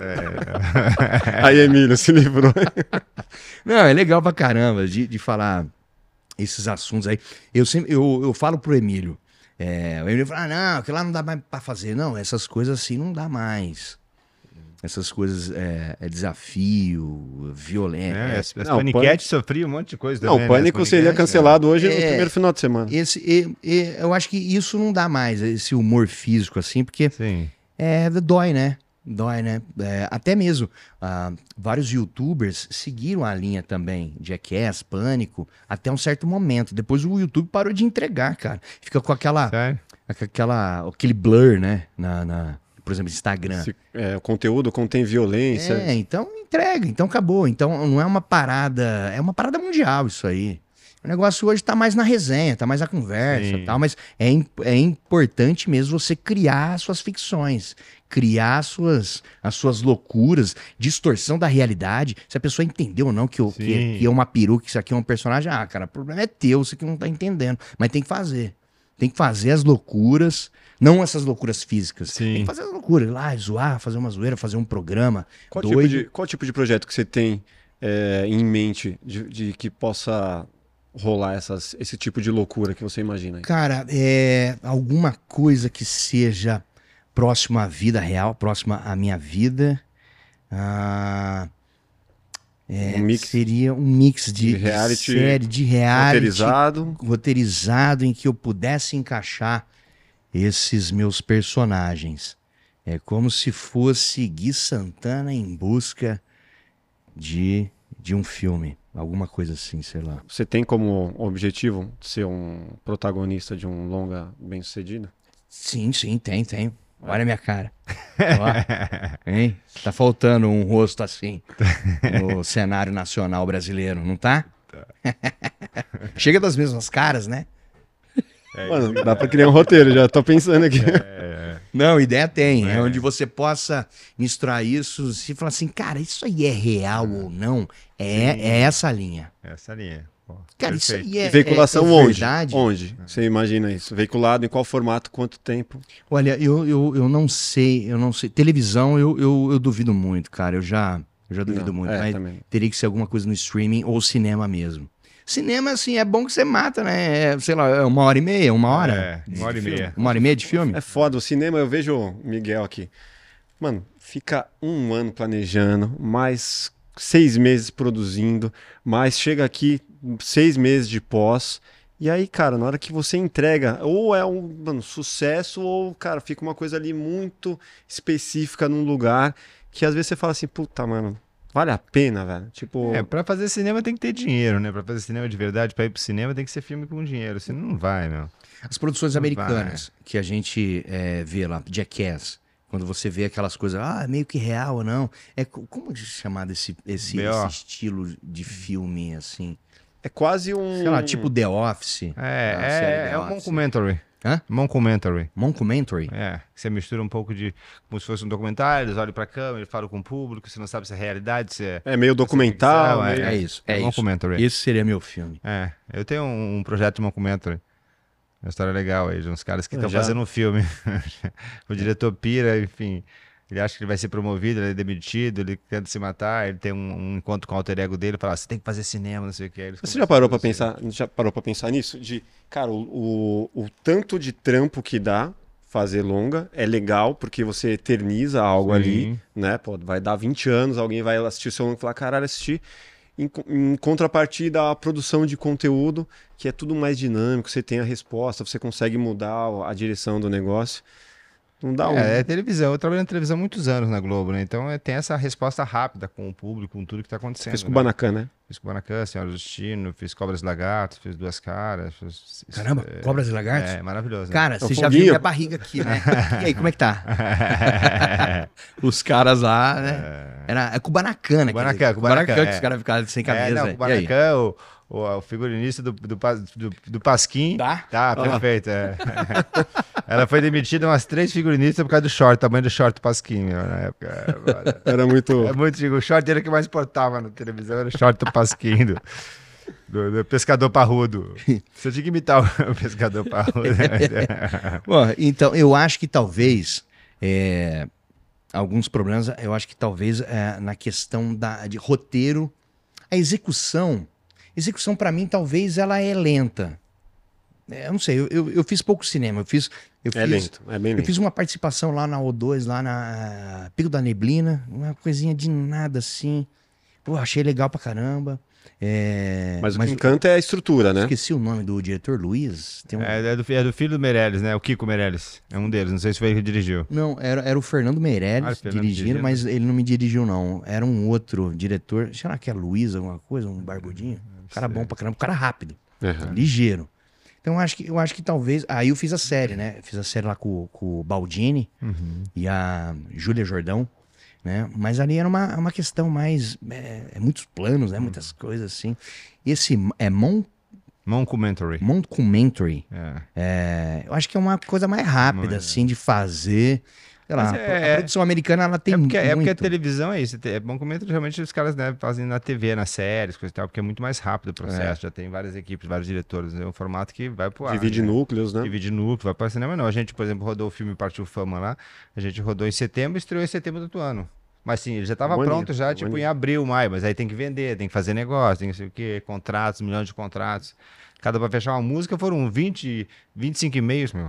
Aí, Emílio, se livrou. Não, é legal pra caramba de, de falar esses assuntos aí. Eu sempre eu, eu falo pro Emílio. É, o Emílio fala, ah, não, que lá não dá mais pra fazer. Não, essas coisas assim não dá mais. Essas coisas é, é desafio, violência. É, É, as as Não, paniquete sofria um monte de coisa Não, também, o Pânico né? As seria paniquete, cancelado hoje no É. primeiro final de semana. esse, e- e- eu acho que isso não dá mais, esse humor físico assim, porque Sim. é, dói, né? Dói, né? É, até mesmo ah, vários youtubers seguiram a linha também, Jackass, Pânico, até um certo momento. Depois o YouTube parou de entregar, cara. Fica com aquela, Sério? aquela aquele blur, né? Na, na- por exemplo, Instagram. Se, é, o conteúdo contém violência. É, então entrega, então acabou. Então não é uma parada, é uma parada mundial isso aí. O negócio hoje tá mais na resenha, tá mais na conversa Sim. e tal, mas é, im- é importante mesmo você criar suas ficções, criar suas, as suas loucuras, distorção da realidade. Se a pessoa entendeu ou não que, o- que, Sim. que é uma peruca, que isso aqui é um personagem, ah, cara, o problema é teu, você que não tá entendendo. Mas tem que fazer. Tem que fazer as loucuras, não essas loucuras físicas. Sim. Tem que fazer as loucuras, ir lá, zoar, fazer uma zoeira, fazer um programa. Qual, doido. tipo de, qual tipo de projeto que você tem é, em mente de, de que possa rolar essas, esse tipo de loucura que você imagina? aí? Cara, é alguma coisa que seja próxima à vida real, próxima à minha vida. Ah, é, Um mix seria um mix de, de reality, de série, de reality, roteirizado. roteirizado em que eu pudesse encaixar esses meus personagens. É como se fosse Gui Santana em busca de, de um filme. Alguma coisa assim, sei lá. Você tem como objetivo ser um protagonista de um longa bem-sucedido? Sim, sim, tem, tem. Olha a minha cara. Ó, hein? Tá faltando um rosto assim no cenário nacional brasileiro, não tá? Chega das mesmas caras, né? Mano, dá pra criar um roteiro, já tô pensando aqui. Não, ideia tem. É, onde você possa misturar isso e falar assim, cara, isso aí é real ou não? É, é essa a linha. Essa linha. Pô, Cara, isso perfeito. aí é, E veiculação é, é onde? verdade. Onde? Você imagina isso? Veiculado em qual formato, quanto tempo? Olha, eu, eu, eu não sei, eu não sei. Televisão eu, eu, eu duvido muito, cara. Eu já, eu já duvido Não, muito. é, mas também. teria que ser alguma coisa no streaming ou cinema mesmo. Cinema, assim, é bom que você mata, né? É, sei lá, é uma hora e meia, uma hora? É, uma hora e meia. Uma hora e meia de filme? É foda, o cinema, eu vejo o Miguel aqui. Mano, fica um ano planejando, mais seis meses produzindo, mais chega aqui seis meses de pós. E aí, cara, na hora que você entrega, ou é um mano, sucesso, ou, cara, fica uma coisa ali muito específica num lugar que às vezes você fala assim, puta, mano, vale a pena, velho. Tipo, É, pra fazer cinema tem que ter dinheiro, né? Pra fazer cinema de verdade, pra ir pro cinema tem que ser filme com dinheiro. Senão não vai, meu. As produções Não americanas que a gente é, vê lá, Jackass, quando você vê aquelas coisas, ah, meio que real ou não. É, co- como é chamado esse, esse, B O. esse estilo de filme, assim? é quase um... Sei lá, tipo The Office. É, a série é, The é um Office. documentary. Hã? Mockumentary. Mockumentary? É, você mistura um pouco de, como se fosse um documentário, eles olham pra câmera, eles falam com o público, você não sabe se é realidade, se é... É meio documental. ficção, meio- É isso, é isso. Mockumentary. Esse seria meu filme. É, eu tenho um, um projeto de mockumentary. Uma história legal aí, de uns caras que Ah, estão já? fazendo um filme. O diretor pira, enfim, ele acha que ele vai ser promovido, ele é demitido, ele tenta se matar, ele tem um, um encontro com o alter ego dele, fala, você tem que fazer cinema, não sei o que. Aí eles Você já começam parou a pra fazer cinema. pensar, já parou para pensar nisso? De, cara, o, o, o tanto de trampo que dá fazer longa é legal porque você eterniza algo Sim. ali, né? Pô, vai dar vinte anos, alguém vai assistir o seu longo e falar, caralho, assisti. Em, co- em contrapartida, a produção de conteúdo, que é tudo mais dinâmico, você tem a resposta, você consegue mudar a direção do negócio. Não dá um. É, é televisão. Eu trabalhei na televisão há muitos anos na Globo, né? Então é, tem essa resposta rápida com o público, com tudo que tá acontecendo. Fez com o né? Banacan, né? Fiz com o Banacan, Senhora do Destino, fiz Cobras e Lagartos, fiz Duas Caras. Fiz, Caramba, é, Cobras e Lagartos? É, maravilhoso. né? Cara, É o você já foguinho. viu minha barriga aqui, né? E aí, como é que tá? Os caras lá, né? Era, é Kubanacan, né? Kubanacan, quer dizer, Kubanacan, Kubanacan, que é. os caras ficaram sem É, camisa. não, né? o E aí? Banacan, o, o, o figurinista do, do, Pa- do, do Pasquim. Tá? Tá, perfeito. é. Ela foi demitida umas três figurinistas por causa do short, tamanho do short do Pasquim, meu, na época. É, foda. Era muito. É muito chique. O short dele que mais importava na televisão era o short do Pasquim, do, do, do pescador parrudo. Você tinha que imitar o pescador parrudo. né? Bom, então, eu acho que talvez é, alguns problemas, eu acho que talvez é, na questão da, de roteiro, a execução, execução para mim talvez ela é lenta. É, eu não sei, eu, eu, eu fiz pouco cinema, eu fiz, eu É fiz, lento, é bem eu lento. fiz uma participação lá na O dois, lá na Pico da Neblina, uma coisinha de nada assim. Pô, achei legal pra caramba. É, Mas o que encanta é a estrutura, né? esqueci o nome do diretor, Luiz. Tem um- É, é do, é do filho do Meirelles, né? O Kiko Meirelles. É um deles. Não sei se foi ele que dirigiu. Não, era, era o Fernando Meirelles Ah, o Fernando dirigindo, dirigindo. mas ele não me dirigiu, não. Era um outro diretor. Será que é Luiz, alguma coisa? Um barbudinho? Um cara bom pra caramba, um cara rápido, Uhum. ligeiro. Então eu acho que, eu acho que talvez. Aí eu fiz a série, né? Fiz a série lá com, com o Baldini e a Júlia Jordão, né? Mas ali era uma, uma questão mais. É, é muitos planos, né? Muitas coisas assim. Esse é Mon, Mockumentary. Mockumentary. É. É, eu acho que é uma coisa mais rápida, Mas- assim, de fazer. Sei lá, Mas a- é- a produção americana, ela tem É porque, é porque a muito. televisão é isso. É bom comentar realmente os caras né, fazem na T V, nas séries, coisa e tal, porque é muito mais rápido o processo. Já tem várias equipes, vários diretores. É um formato que vai pro ar. Divide né? núcleos, né? Divide núcleo, vai para cinema. Não, a gente, por exemplo, rodou o filme Partiu Fama lá. A gente rodou em setembro e estreou em setembro do outro ano. Mas sim, ele já estava Um aninho, pronto já, um tipo, aninho. em abril, maio. Mas aí tem que vender, tem que fazer negócio, tem que sei o quê, contratos, milhões de contratos. Cada pra fechar uma música foram vinte, vinte e cinco e-mails, meu.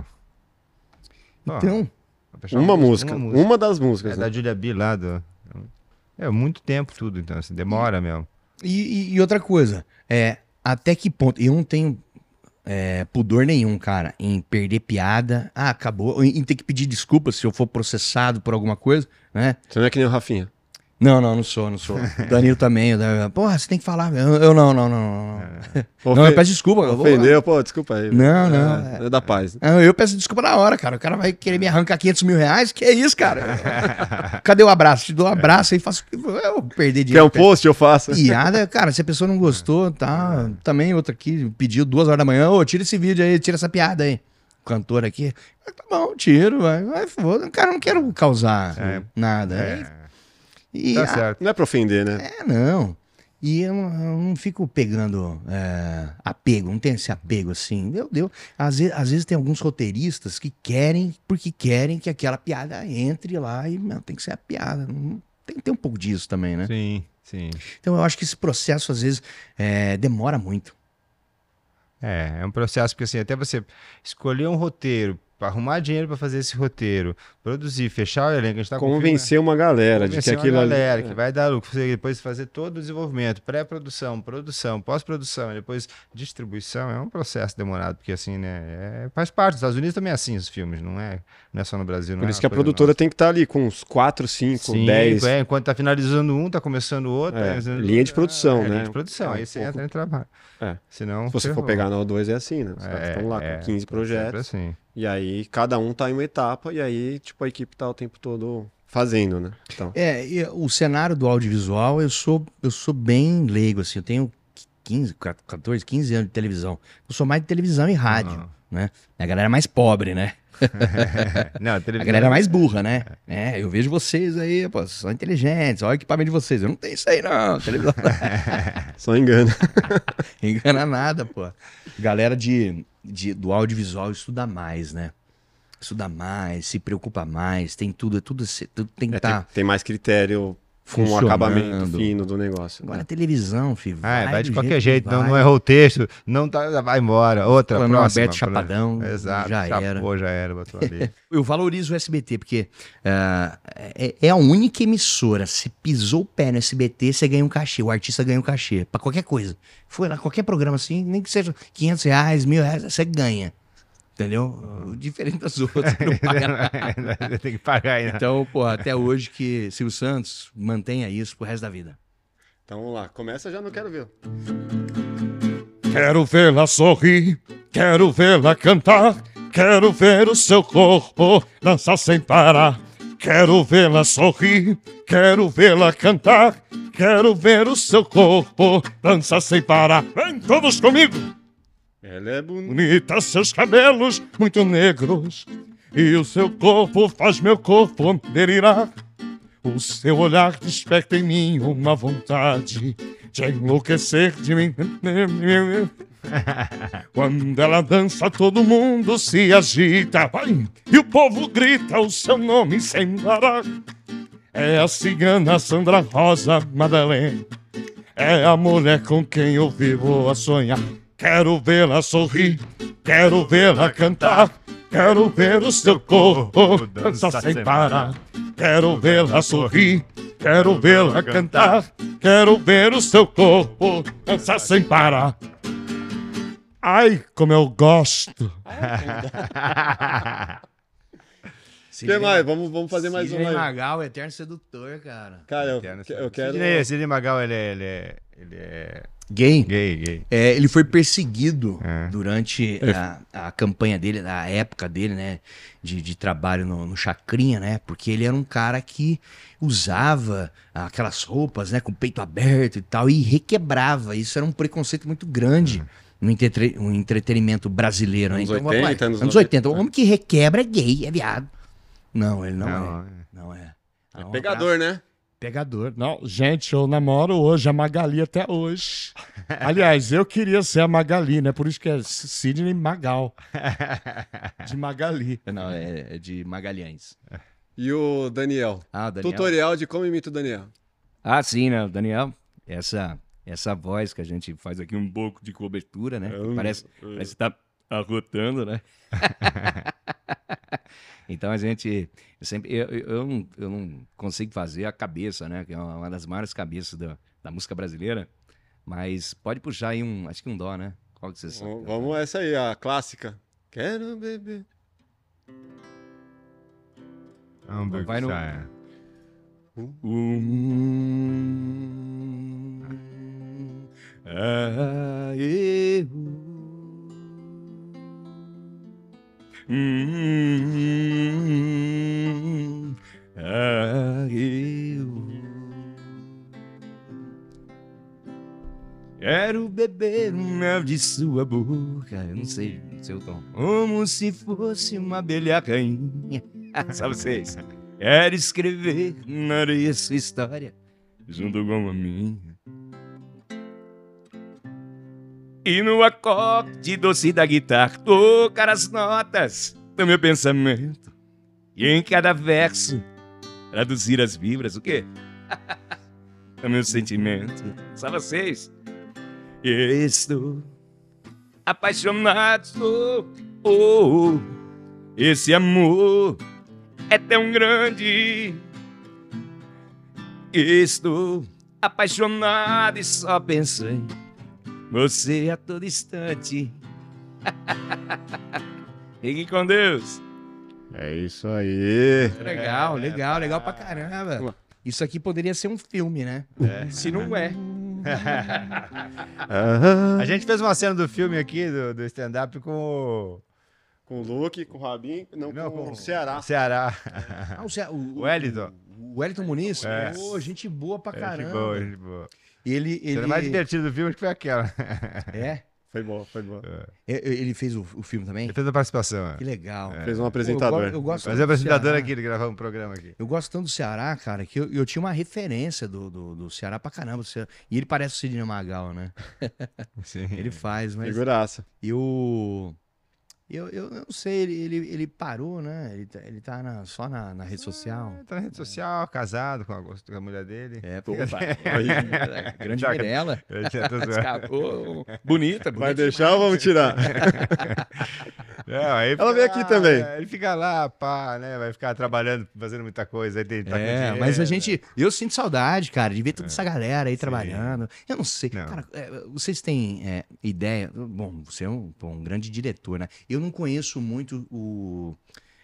Pô, Então, pra fechar Uma música, música. uma das músicas. É né? da Julia B lá do. É muito tempo tudo, então, assim, demora mesmo. e, e- e outra coisa, é, até que ponto? Eu não tenho é, pudor nenhum, cara, em perder piada. Ah, acabou. Em, em ter que pedir desculpa se eu for processado por alguma coisa, né? Você não é que nem o Rafinha. Não, não, não sou, não sou. O Danilo também. o Danilo, Porra, você tem que falar. Eu, eu não, não, não, não. Não, Não, eu peço desculpa. eu vou- Ofendeu, pô, desculpa aí. Não, não, É, é da paz. Não, eu peço desculpa na hora, cara. O cara vai querer me arrancar quinhentos mil reais? Que é isso, cara? Cadê o abraço? Te dou um abraço e faço. Eu perder Quer dinheiro. um post? Eu faço. Piada, cara, se a pessoa não gostou, tá. Também outra aqui pediu duas horas da manhã, ô, tira esse vídeo aí, tira essa piada aí. O cantor aqui. Ah, tá bom, tiro, vai, vai, foda. Cara, eu não quero causar É. nada. É, E, tá ah, certo. Não é pra ofender, né? é, não. E eu, não- eu não fico pegando é, apego, não tenho esse apego assim. Meu Deus. Às vezes, às vezes tem alguns roteiristas que querem, porque querem que aquela piada entre lá e não, tem que ser a piada. Não, tem que ter um pouco disso também, né? Sim, sim. Então eu acho que esse processo às vezes é, demora muito. É, é um processo, porque assim, até você escolher um roteiro, pra arrumar dinheiro pra fazer esse roteiro, produzir, fechar o elenco, a gente tá com o filme- Convencer uma galera de que Convencer uma aquilo ali- galera é. que vai dar lucro, você depois fazer todo o desenvolvimento, pré-produção, produção, pós-produção, e depois distribuição, é um processo demorado, porque assim, né, é- faz parte, os Estados Unidos também é assim, os filmes, não é, não é só no Brasil, não Por é isso uma que a coisa produtora nossa. tem que estar ali com uns quatro, cinco, Sim, dez. é, enquanto tá finalizando um, tá começando o outro. É, tá- linha de produção, é, né? Linha de produção, É, aí um você pouco- entra em trabalho. É. Senão, Se você for ferrou. pegar na O dois é assim, né? Os caras É, estão lá é, com quinze sempre projetos. assim. E aí cada um tá em uma etapa e aí, tipo, a equipe tá o tempo todo fazendo, né? Então, É, e o cenário do audiovisual, eu sou, eu sou bem leigo, assim, eu tenho quinze, quatorze, quinze anos de televisão. Eu sou mais de televisão e rádio. Não. né? A galera mais pobre, né? Não, a A televisão... galera mais burra, né? É, eu vejo vocês aí, pô, são inteligentes, olha o equipamento de vocês. Eu não tenho isso aí, não. Televisão. Só engana. Engana nada, pô. Galera de, de, do audiovisual estuda mais, né? Estuda mais, se preocupa mais, tem tudo, é tudo, tudo tem que É, estar tem, tem mais critério com o funcionando. acabamento fino do negócio. Agora a televisão, filho. Ah, vai, vai do de qualquer jeito que jeito, não, vai. não errou o texto, não tá, vai embora. Outra, Plano próxima. aberto, chapadão, Exato, já chapou, era. já era, botou ali. Eu valorizo o S B T, porque ah, é, é a única emissora. Se pisou o pé no S B T, você ganha um cachê. O artista ganha um cachê. Pra qualquer coisa. Foi lá, qualquer programa assim, nem que seja quinhentos reais, mil reais, você ganha. Entendeu? Diferente das outras, que não paga nada. Tem que pagar ainda. Então, pô, até hoje que Silvio Santos mantenha isso pro resto da vida. Então vamos lá, começa já, não quero ver. Quero vê-la sorrir, quero vê-la cantar, quero ver o seu corpo dançar sem parar. Quero vê-la sorrir, quero vê-la cantar, quero ver o seu corpo dançar sem parar. Vem todos comigo! Ela é bonita. Bonita, seus cabelos muito negros, e o seu corpo faz meu corpo delirar. O seu olhar desperta em mim uma vontade de enlouquecer de mim. Quando ela dança, todo mundo se agita, vai, e o povo grita o seu nome sem parar. É a cigana Sandra Rosa Madalena, é a mulher com quem eu vivo a sonhar. Quero vê-la sorrir, quero vê-la cantar, quero ver o seu corpo dançar sem parar. Quero vê-la sorrir, quero vê-la cantar, quero ver o seu corpo dançar sem parar. Ai, como eu gosto. O que mais? Vamos, vamos fazer mais Sidney uma aí. Magal, eterno sedutor, cara. Cara, eu, Entendo, eu quero... Sidney, Sidney Magal, ele é, ele é, ele é Gay. gay, gay. É, ele foi perseguido É. durante a, a campanha dele, a época dele, né, de, de trabalho no, no Chacrinha, né, porque ele era um cara que usava aquelas roupas, né, com o peito aberto e tal, e requebrava. Isso era um preconceito muito grande no, entretre, no entretenimento brasileiro, né? Anos Então, oitenta, vamos lá. anos anos noventa. oitenta. O homem que requebra é gay, é viado. Não, ele não, Não, é. Não é. É Um pegador, né? Pegador. Não, gente, eu namoro hoje a Magali até hoje. Aliás, eu queria ser a Magali, né? Por isso que é Sidney Magal. De Magali. Não, é, é de Magalhães. E o Daniel? Ah, o Daniel. Tutorial de como imita o Daniel. Ah, sim, né, Daniel? Essa, essa voz que a gente faz aqui um pouco de cobertura, né? Que parece, parece que tá arrotando, né? Então a gente eu sempre eu, eu, eu, não, eu não consigo fazer a cabeça, né? Que é uma das maiores cabeças da, da música brasileira. Mas pode puxar aí um, acho que um dó, né? Qual que você sabe? Vamos, vamos essa aí, a clássica. Quero beber. Vamos Vai no- puxar, Um, ah, eu, um, ah, eu quero beber um mel de sua boca. Eu não sei o seu tom. Como se fosse uma abelha rainha. Sabe vocês? Quero escrever na areia sua história, junto com a minha. E no acorde doce da guitarra, tocar as notas do meu pensamento. E em cada verso, traduzir as vibras, o quê? Do meu sentimento. Sabe vocês? Estou apaixonado, oh, oh, esse amor é tão grande. Estou apaixonado e só penso em você a todo instante. Fique com Deus. É isso aí. Legal, legal, legal pra caramba. Isso aqui poderia ser um filme, né? Se não é. A gente fez uma cena do filme aqui, do, do stand-up, com o... Com o Luke, com o Rabin, não, Não, com, com o Ceará. Ceará. Ah, o, Cé- o, O Wellington. O Wellington Muniz? É. Pô, gente boa pra Gente caramba. boa, gente boa. Ele, A ele... cena mais divertida do filme acho que foi aquela. É? Foi bom, foi bom. E- Ele fez o, o filme também? Ele fez a participação. É. Que legal. Fez um Pô, apresentador. Eu, go- eu gosto Mas tanto é do apresentador Ceará. aqui, ele gravou um programa aqui. Eu gosto tanto do Ceará, cara, que eu, eu tinha uma referência do, do, do Ceará pra caramba. do Ceará. E ele parece o Sidney Magal, né? Sim. Ele faz, mas Figuraça. eu, eu, eu não sei, ele, ele, ele parou, né? Ele tá, ele tá na- só na, na rede social. É, tá na rede social, casado com a, com a mulher dele. É, pô, Opa. vai. Grande Já- Mirella. Eu tinha tô zoando. Escapou. Bonita, bonita. Vai deixar ou vamos tirar? Não, aí Ela fica veio aqui lá, também. Ele fica lá, pá, né? Vai ficar trabalhando, fazendo muita coisa. Aí tem, tá com É, dinheiro. mas a gente. Eu sinto saudade, cara, de ver toda essa galera aí trabalhando. Eu não sei. Não. Cara, é, vocês têm é, ideia? Bom, você é um, pô, um grande diretor, né? Eu não conheço muito o,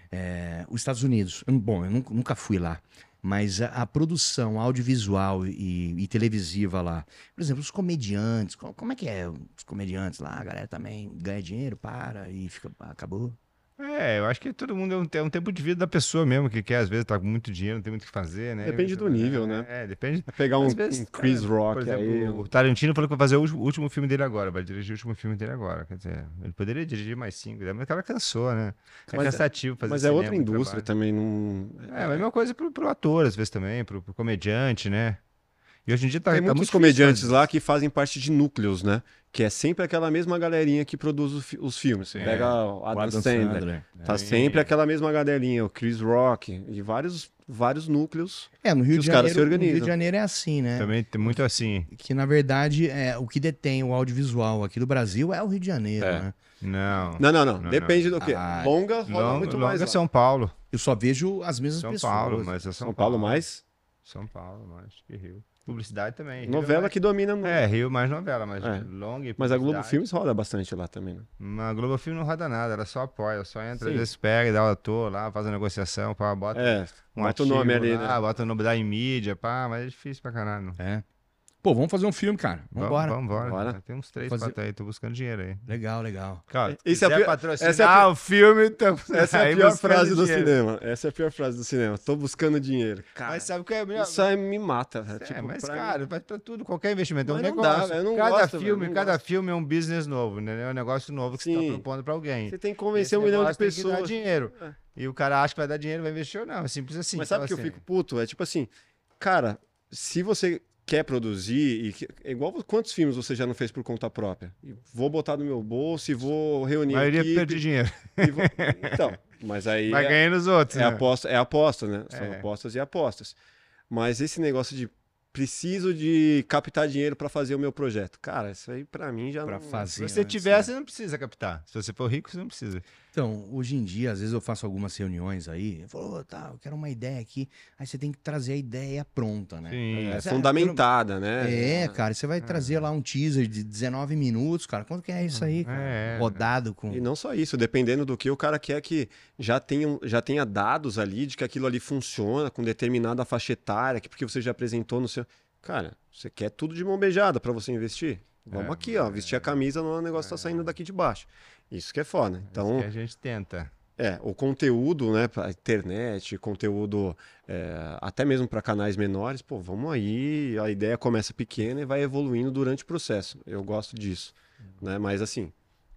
é, os Estados Unidos. Eu- Bom, eu nunca, nunca fui lá. Mas a, a produção audiovisual e, e televisiva lá, por exemplo, os comediantes, co- como é que é os comediantes lá? A galera também ganha dinheiro, para e fica, acabou. É, eu acho que todo mundo é um, é um tempo de vida da pessoa mesmo, que quer, às vezes, tá com muito dinheiro, não tem muito o que fazer, né? Depende do nível, né? É, depende. Vai pegar um, Às vezes, um Chris é, Rock por exemplo, aí. o Tarantino falou que vai fazer o último- último filme dele agora, vai dirigir o último filme dele agora. Quer dizer, ele poderia dirigir mais cinco, mas o cara cansou, né? É Mas é- cansativo fazer Mas é cinema, outra muito indústria trabalho. também. Não... É, a mesma coisa pro, pro ator, às vezes também, pro, pro comediante, né? E hoje em dia tá, Tem tá muitos muito comediantes difícil lá que fazem parte de núcleos, né? Que é sempre aquela mesma galerinha que produz os fi- os filmes. Sim. Pega o Adam, Adam Sandler. Sandler. Tá Sim. sempre aquela mesma galerinha, o Chris Rock e vários, vários núcleos. É, no Rio, Que de os caras Janeiro, se no Rio organizam. de Janeiro é assim, né? Também tem muito assim. Que na verdade é o que detém o audiovisual aqui do Brasil é o Rio de Janeiro, É. né? Não. Não, não, não. Não, Depende do quê. Ah, Longa rola Longa, muito longa mais. é lá. São Paulo. Eu só vejo as mesmas São pessoas. Paulo, mas é São, São Paulo mais. São Paulo, mais que Rio. Publicidade também. Rio Novela é mais... que domina. No... É, Rio mais novela, mas É. longa e Mas a Globo publicidade. Filmes roda bastante lá também, né? Mas a Globo Filme não roda nada, ela só apoia, só entra, Sim. às vezes pega, dá o ator lá, faz a negociação, pá, bota É, um bota o ativo nome ali, lá, né? bota o nome da em mídia, pá, mas é difícil pra caralho. Não. É. Pô, vamos fazer um filme, cara. Vamos Vambora. Vamos embora. Bora. Tem uns três, Fazer- quatro aí, tô buscando dinheiro aí. Legal, legal. Cara, Esse é a quiser pior- patrocinar essa é a pior- o filme, então... Essa é aí a pior buscando frase do dinheiro. cinema. Essa é a pior frase do cinema. Tô buscando dinheiro. Cara, Mas sabe o que é melhor? isso aí me mata, velho. É, Tipo, mas, pra cara, faz pra tudo, qualquer investimento. É um Mas não dá, negócio. velho, eu não cada gosto, velho, filme, não cada gosto. filme é um business novo, né? É um negócio novo que você Sim. tá propondo pra alguém. você tem que convencer um Esse milhão de negócio tem que dar pessoas. dinheiro. É. E o cara acha que vai dar dinheiro, vai investir ou não. É simples assim. Mas sabe Então, que eu assim, fico puto? É tipo assim, cara, se você quer produzir, e que- é igual quantos filmes você já não fez por conta própria? E vou botar no meu bolso e vou A reunir maioria equipe, perde dinheiro. e vou- Então, mas aí Vai é, ganhando os outros. é né? aposta, é aposta, né? São É. apostas e apostas. Mas esse negócio de preciso de captar dinheiro para fazer o meu projeto. Cara, isso aí para mim já Pra não... fazer. Se você antes, tiver, né? você não precisa captar. Se você for rico, você não precisa. Então, hoje em dia, às vezes eu faço algumas reuniões aí, eu falo, "Ô, tá, eu quero uma ideia aqui, aí você tem que trazer a ideia pronta, né? Sim. É Mas, ah, fundamentada, né? É, cara, você vai trazer lá um teaser de dezenove minutos, cara, quanto que é isso aí, cara? É, Rodado com... E não só isso, dependendo do que o cara quer que já tenha, já tenha dados ali de que aquilo ali funciona com determinada faixa etária, que porque você já apresentou no seu. Cara, você quer tudo de mão beijada para você investir? Vamos É, aqui, ó, vestir a camisa, não, o negócio tá saindo daqui de baixo. Isso que é foda. Então, Isso que a gente tenta. é, o conteúdo, né, pra internet, conteúdo é, até mesmo para canais menores, pô, vamos aí, a ideia começa pequena e vai evoluindo durante o processo. Eu gosto disso, né? Mas assim,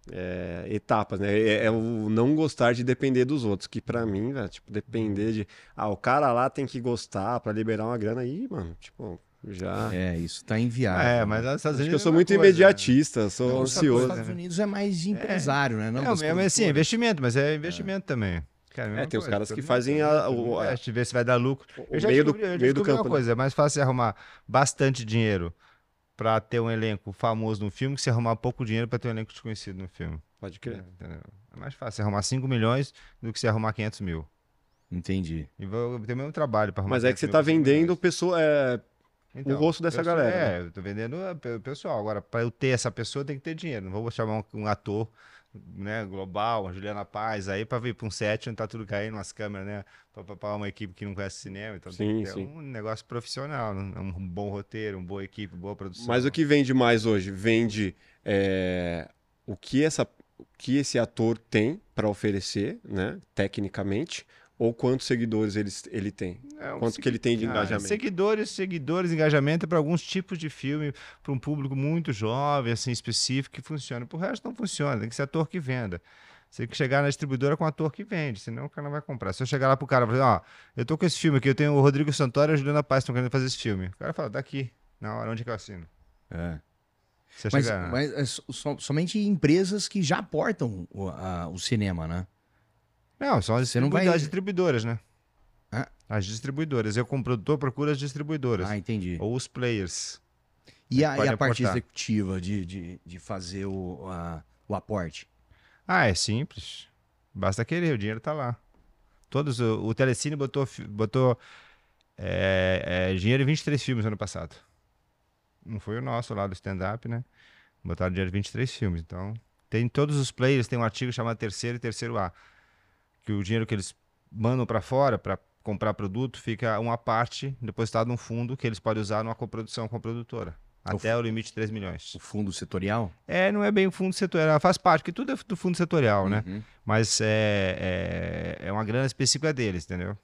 é, etapas, né? É, é o não gostar de depender dos outros, que para mim, velho, tipo, depender de, ah, o cara lá tem que gostar para liberar uma grana aí, mano, tipo, já. É, isso tá inviável. É, né? mas nos Estados Acho Unidos que eu é sou uma muito coisa, né? imediatista, sou Não, os ansioso. Estados Unidos é mais empresário, né? Não É, dos é, mas assim, é produtores. investimento, mas é investimento também. Cara, mesma É, tem os coisa, caras todo que mundo- fazem a- todo mundo o- a- investe, ver se vai dar lucro. o Eu já meio do- descobri, eu já meio do descobri uma campo, né? coisa, é mais fácil você arrumar bastante dinheiro pra ter um elenco famoso no filme que você arrumar pouco dinheiro pra ter um elenco desconhecido no filme. Pode crer. Entendeu? É mais fácil você arrumar cinco milhões do que você arrumar quinhentos mil. Entendi. E vou ter o mesmo trabalho pra arrumar Mas é que você quinhentos tá mil pra cinco vendendo milhões. pessoa, é, Então, o rosto dessa eu sou- galera, É, eu tô vendendo o pessoal. Agora, pra eu ter essa pessoa, tem que ter dinheiro. Não vou chamar um, um ator, né, global, a Juliana Paz, aí pra vir pra um set onde tá tudo caindo, umas câmeras, né, pra, pra, pra uma equipe que não conhece cinema. Então tem Sim, que ter sim. um negócio profissional, né, um bom roteiro, uma boa equipe, boa produção. Mas o que vende mais hoje? Vende é, o, que essa, o que esse ator tem para oferecer, né, tecnicamente, Ou quantos seguidores ele, ele tem? É, um Quanto que ele tem de Ah, engajamento? Seguidores, seguidores, engajamento é para alguns tipos de filme, para um público muito jovem, assim, específico, que funciona. Pro resto não funciona, tem que ser ator que venda. Você tem que chegar na distribuidora com ator que vende, senão o cara não vai comprar. Se eu chegar lá pro cara e falar, ó, eu tô com esse filme aqui, eu tenho o Rodrigo Santoro e a Juliana Paz, estão querendo fazer esse filme. O cara fala, daqui, na hora, onde é que eu assino? É. Você Mas, chegar... mas é so- somente empresas que já aportam o, a- o cinema, né? Não, são as, Você não distribu- vai- as distribuidoras, né? Ah. As distribuidoras. Eu, como produtor, procuro as distribuidoras. Ah, entendi. Ou os players. E a, e pode a parte aportar. executiva de, de, de fazer o, a- o aporte? Ah, é simples. Basta querer, o dinheiro tá lá. Todos, o, o Telecine botou, fi- botou é, é, dinheiro em vinte e três filmes ano passado. Não foi o nosso lá do stand-up, né? Botaram dinheiro em vinte e três filmes. Então, tem todos os players, tem um artigo chamado Terceiro e Terceiro A. Que o dinheiro que eles mandam para fora para comprar produto fica uma parte depositada num fundo que eles podem usar numa coprodução com a produtora. Até o limite de três milhões. O fundo setorial? É, não é bem o fundo setorial, faz parte, porque tudo é do fundo setorial, né? Uhum. Mas é, é, é uma grana específica deles, entendeu?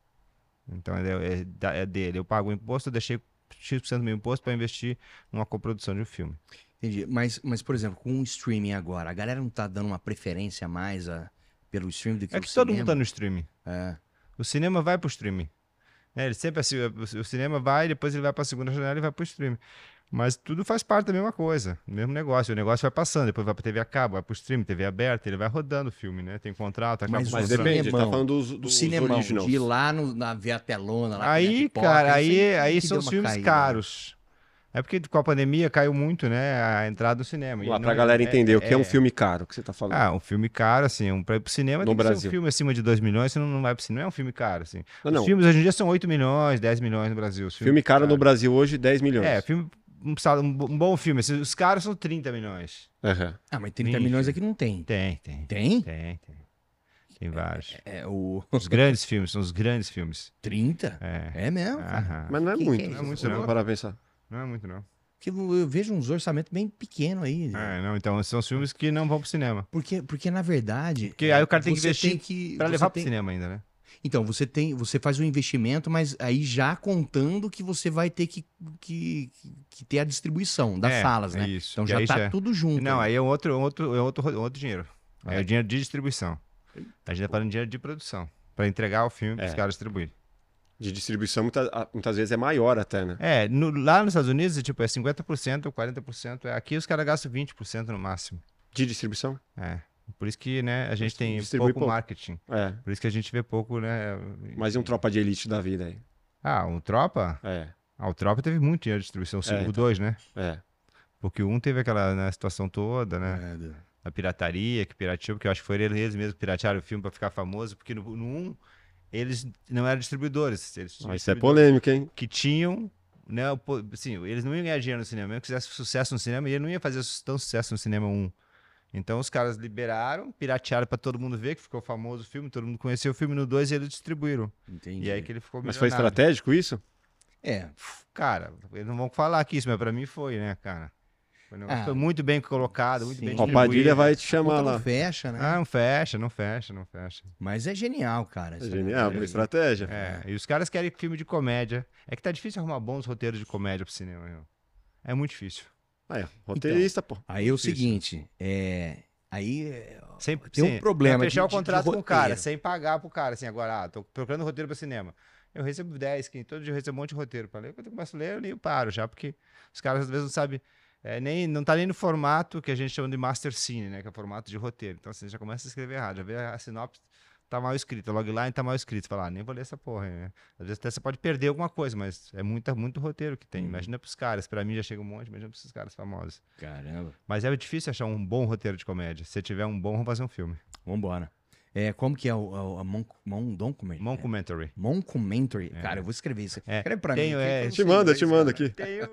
Então é, é, da- é dele. Eu pago o imposto, eu deixei X por cento do meu imposto para investir numa coprodução de um filme. Entendi. Mas, mas, por exemplo, com o streaming agora, a galera não tá dando uma preferência a mais a, pelo streaming do que É o que todo mundo cinema? tá no streaming. É. O cinema vai pro streaming. É, ele sempre assim, o cinema vai, depois ele vai para a segunda janela e vai pro streaming. Mas tudo faz parte da mesma coisa, do mesmo negócio. O negócio vai passando, depois vai pra T V a cabo, vai pro streaming, T V aberta, ele vai rodando o filme, né? Tem contrato, acaba Mas o Mas o contrato. depende, ele tá cinemão, falando dos, Do dos cinemão, originals. de ir lá no, na, ver a telona, lá comer a Aí, pipoca, cara, isso aí, aí que são deu os uma filmes caída, né? caros. É porque com a pandemia caiu muito, né, a entrada no cinema. E Lá não- pra galera é- entender o que é um filme caro, que você tá falando. Ah, um filme caro, assim, um, pra ir pro cinema No tem que ser Brasil. um filme acima de dois milhões, senão não vai pro cinema. Não é um filme caro, assim. Não, Os não. filmes hoje em dia são oito milhões, dez milhões no Brasil. Os Filme filmes caro no caros. Brasil hoje, dez milhões. É, filme, um, sal- um bo- um bom filme. assim, Os caros são trinta milhões. Aham. Ah, mas trinta Ixi. milhões aqui não tem. Tem, tem. Tem? Tem, tem. Tem vários. É o... Os grandes filmes, são os grandes filmes. trinta? É. É mesmo, cara. Aham. Mas não é Que muito. que é não isso? é muito, Você não. não? Para pensar. Não é muito, não. Porque eu eu vejo uns orçamentos bem pequenos aí. É, não, então são os filmes que não vão pro cinema. Porque, porque, na verdade... Porque aí o cara tem que você investir que- Pra você levar pro tem- cinema ainda, né? Então, você tem, você faz um investimento, mas aí já contando que você vai ter que, que, que ter a distribuição das É, salas, né? isso. Então Que já aí tá já é- tudo junto. Não, né? aí é um outro, outro, é outro, outro dinheiro. É, É. o dinheiro de distribuição. A gente tá falando de dinheiro de produção. Pra entregar o filme pros É. caras distribuírem. De distribuição, muita- muitas vezes é maior até, né? É, no- lá nos Estados Unidos, é, tipo, é cinquenta por cento ou quarenta por cento. É, aqui os caras gastam vinte por cento no máximo. De distribuição? É. Por isso que, né, a gente tem Distribui pouco, pouco. marketing. É. Por isso que a gente vê pouco, né? Mas e um tropa de elite da vida aí? Ah, o Tropa? É. Ah, o Tropa teve muito dinheiro de distribuição. O É, então. dois, né? É. Porque o um teve aquela né, situação toda, né? É, do- A pirataria, que pirateou, porque eu acho que foram eles mesmos que piratearam o filme pra ficar famoso, porque no, no um, eles não eram distribuidores. Eles tinham Ah, isso é distribuidores polêmico, hein? que tinham, né, o po- assim, eles não iam ganhar dinheiro no cinema, mesmo que fizesse sucesso no cinema, e ele não ia fazer tão sucesso no cinema um. Então os caras liberaram, piratearam pra todo mundo ver, que ficou famoso o filme, todo mundo conheceu o filme no dois e eles distribuíram. Entendi. E aí que ele ficou Mas foi milionário. estratégico isso? É, Cara, eles não vão falar aqui isso, mas pra mim foi, né, cara? Foi, um negócio Ah, foi muito bem colocado, muito sim. bem O distribuído. Padilha vai te a chamar conta lá. não fecha, né? Ah, não fecha, não fecha, não fecha. Mas é genial, cara. É Isso genial, é- uma estratégia. É, e os caras querem filme de comédia. É que tá difícil arrumar bons roteiros de comédia pro cinema, meu. É muito difícil. Aí, ó, roteirista, pô. Aí é o Difícil. seguinte, é... Aí é, Sem, tem um problema pra fechar de- o de- contrato de com o cara, roteiro. sem pagar pro cara, assim, agora, ah, tô procurando roteiro pra cinema. Eu recebo dez, quinze, todo dia eu recebo um monte de roteiro pra ler. Quando eu começo a ler, eu nem paro já, porque os caras às vezes não sabem, é, nem, não tá nem no formato que a gente chama de master scene, né, que é o formato de roteiro. Então, assim, já começa a escrever errado, já vê a sinopse, tá mal escrita, a logline tá mal escrito. Você fala, ah, nem vou ler essa porra, né? Às vezes até você pode perder alguma coisa, mas é muita, muito roteiro que tem. Uhum. Imagina pros caras, pra mim já chega um monte, imagina pros caras famosos. Caramba. Mas é difícil achar um bom roteiro de comédia. Se tiver um bom, vamos fazer um filme. Vambora. É, como que é o, o, a Mon, Mon Documentary? Moncumentary. Moncumentary. Cara, eu vou escrever isso. É, Escreve pra tenho, mim. é, que eu não Te sei manda, inglês, te manda cara. aqui. Tenho.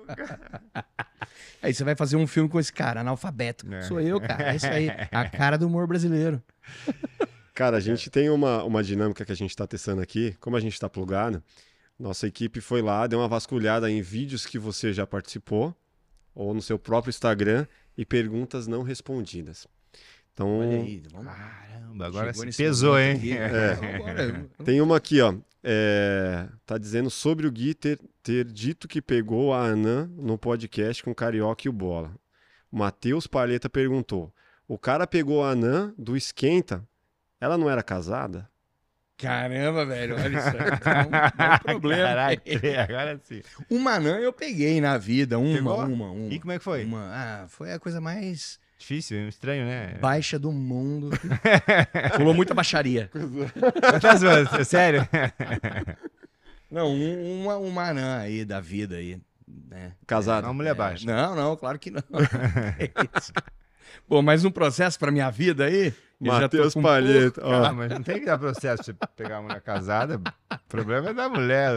Aí você vai fazer um filme com esse cara, analfabeto. É. Sou eu, cara. É isso aí. A cara do humor brasileiro. Cara, a gente tem uma, uma dinâmica que a gente tá testando aqui. Como a gente tá plugado, nossa equipe foi lá, deu uma vasculhada em vídeos que você já participou, ou no seu próprio Instagram, e perguntas não respondidas. Então, Olha aí, vamos lá. Caramba, agora Chegou se nesse pesou, momento hein? aqui. É. Agora, tem uma aqui, ó. É, tá dizendo sobre o Gui ter, ter dito que pegou a Anã no podcast com o Carioca e o Bola. O Matheus Palheta perguntou: o cara pegou a Anã do Esquenta, ela não era casada? Caramba, velho, olha isso aí. Então, não é problema. Caraca, agora sim. Uma anã eu peguei na vida, uma, Pegou? uma, uma. E como é que foi? Uma. Ah, foi a coisa mais Difícil, estranho, né? baixa do mundo. Pulou muita baixaria. Tá zoando, é sério? Não, um- uma, uma anã aí da vida aí, né? Casada? Uma mulher baixa. Não, não, claro que não. É isso. Pô, mais um processo pra minha vida aí? Eu já tô Matheus com Palheta, ó. Ah, mas não tem que dar processo pra você pegar uma mulher casada. O problema é da mulher.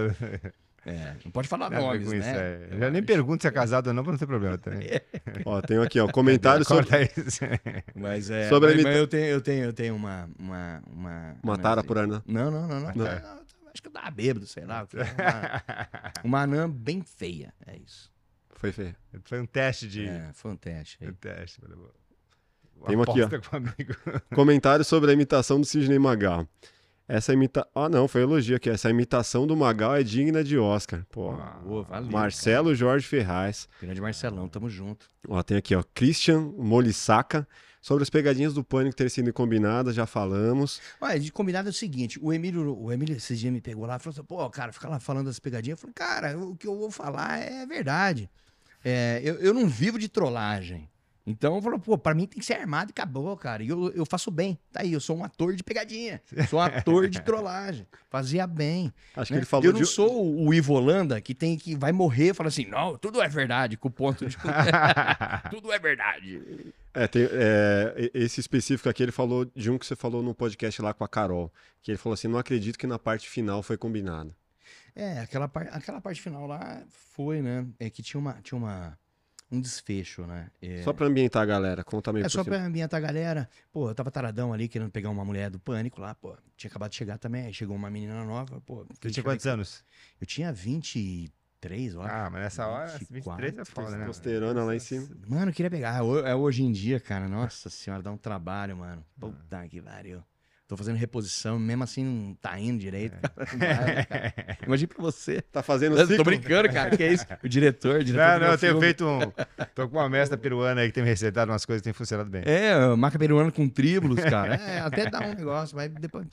É, não pode falar Nada a ver nomes, com isso, né? é. Eu já nem pergunto se é casado ou não, pra não ter problema também. Ó, tem aqui, ó, comentário sobre, Corta isso. Mas é. Sobre a mas, imita- mas eu tenho, eu tenho, eu tenho uma. Uma, uma, uma tara por Anã. Não, não, não, não. Não. Não, não, acho que eu tava bêbado, sei lá. Uma, uma anã bem feia, é isso. Foi feio. Foi um teste de. É, foi um teste. aí. Um teste. falei, vou- Tem uma aqui, ó. aposta com um amigo. Comentário sobre a imitação do Sidney Magal. Essa imita... Ah, não, foi elogio aqui. Essa imitação do Magal é digna de Oscar. Pô, Pô, valeu, Marcelo Jorge Ferraz. cara. Grande Marcelão, tamo junto. Ó, tem aqui, ó, Christian Molissaca. Sobre as pegadinhas do Pânico terem sido combinadas, já falamos. Olha, de combinado é o seguinte, o Emílio, o Emílio esses dias me pegou lá e falou assim, pô, cara, fica lá falando das pegadinhas. Eu falei, cara, o que eu vou falar é verdade. É, eu, eu não vivo de trollagem. Então, eu falei, pô, pra mim tem que ser armado e acabou, cara. E eu, eu faço bem. Tá aí, eu sou um ator de pegadinha. Sou um ator de trollagem. Fazia bem. Acho que né? ele falou eu não de... sou o, o Ivo Holanda que tem que vai morrer e fala assim, não, tudo é verdade, com o ponto de... tudo é verdade. É, tem, é, esse específico aqui, ele falou de um que você falou no podcast lá com a Carol. Que ele falou assim, não acredito que na parte final foi combinado. É, aquela, par aquela parte final lá foi, né? É que tinha uma... Tinha uma um desfecho, né? É, Só pra ambientar a galera, conta meio é por só cima. pra ambientar a galera. Pô, eu tava taradão ali querendo pegar uma mulher do Pânico lá, pô. Tinha acabado de chegar também, aí chegou uma menina nova, pô. Você tinha quantos anos? Eu tinha vinte e três, eu acho. Ah, mas nessa hora, vinte e três é foda, né? Testosterona lá em cima. Mano, eu queria pegar. É ho- é hoje em dia, cara. Nossa senhora, dá um trabalho, mano. Puta que pariu. Tô fazendo reposição, mesmo assim não tá indo direito. Cara. Não vai, cara. Imagina pra você. Tá fazendo Eu ciclo? tô brincando, cara. Que é isso? O diretor, o diretor. Não, do não, meu eu tenho filme. feito um. Tô com uma mestra peruana aí que tem me receitado umas coisas que tem funcionado bem. É, maca peruana com tríbulos, cara. É, até dá um negócio, mas depois.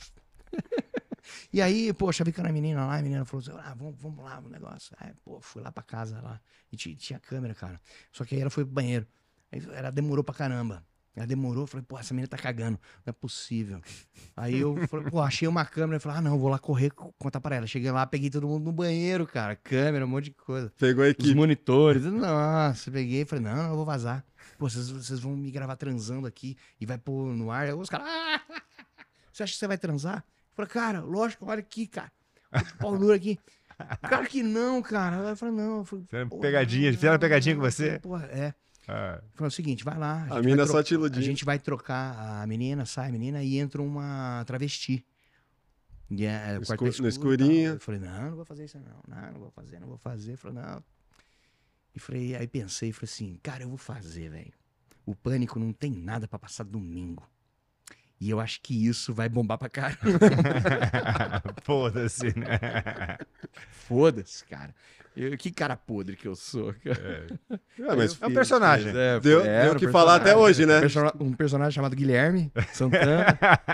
E aí, pô, chavicando a menina lá, a menina falou assim: ah, vamos, vamos lá, um negócio. Aí, pô, fui lá pra casa lá. E tinha, tinha câmera, cara. Só que aí ela foi pro banheiro. Aí ela demorou pra caramba. Ela demorou, eu falei, pô, essa menina tá cagando. Não é possível. Aí eu falei, pô, achei uma câmera. Eu falei, ah, não, vou lá correr, contar pra ela. Cheguei lá, peguei todo mundo no banheiro, cara. Câmera, um monte de coisa. Pegou a Os equipe. monitores. Nossa, peguei e falei, não, não, eu vou vazar. Pô, vocês, vocês vão me gravar transando aqui e vai pôr no ar. Aí os caras, ah, você acha que você vai transar? Eu falei, cara, lógico, olha aqui, cara. O pau duro aqui. Cara, que não, cara. Eu falei, não. Eu falei, Fizeram pô, pegadinha, não, fizeram não, pegadinha não. com Eu você? falei, Porra, é. Ah, Falou o seguinte, vai lá. A gente mina vai só tro- te iludindo. A gente vai trocar a menina, sai a menina e entra uma travesti. E é, o No quarto é escu- no escuro e tal. escurinho. Eu falei, não, não vou fazer isso não. Não, não vou fazer, não vou fazer. Falei, não. E falei, aí pensei, falei assim, cara, eu vou fazer, velho. O Pânico não tem nada pra passar domingo. E eu acho que isso vai bombar pra caramba. foda-se, né? Foda-se, cara. Eu- que cara podre que eu sou, cara. É, mas É um personagem. É, deu, é, deu um o que falar até personagem. hoje, né? Um persona- Um personagem chamado Guilherme Santana.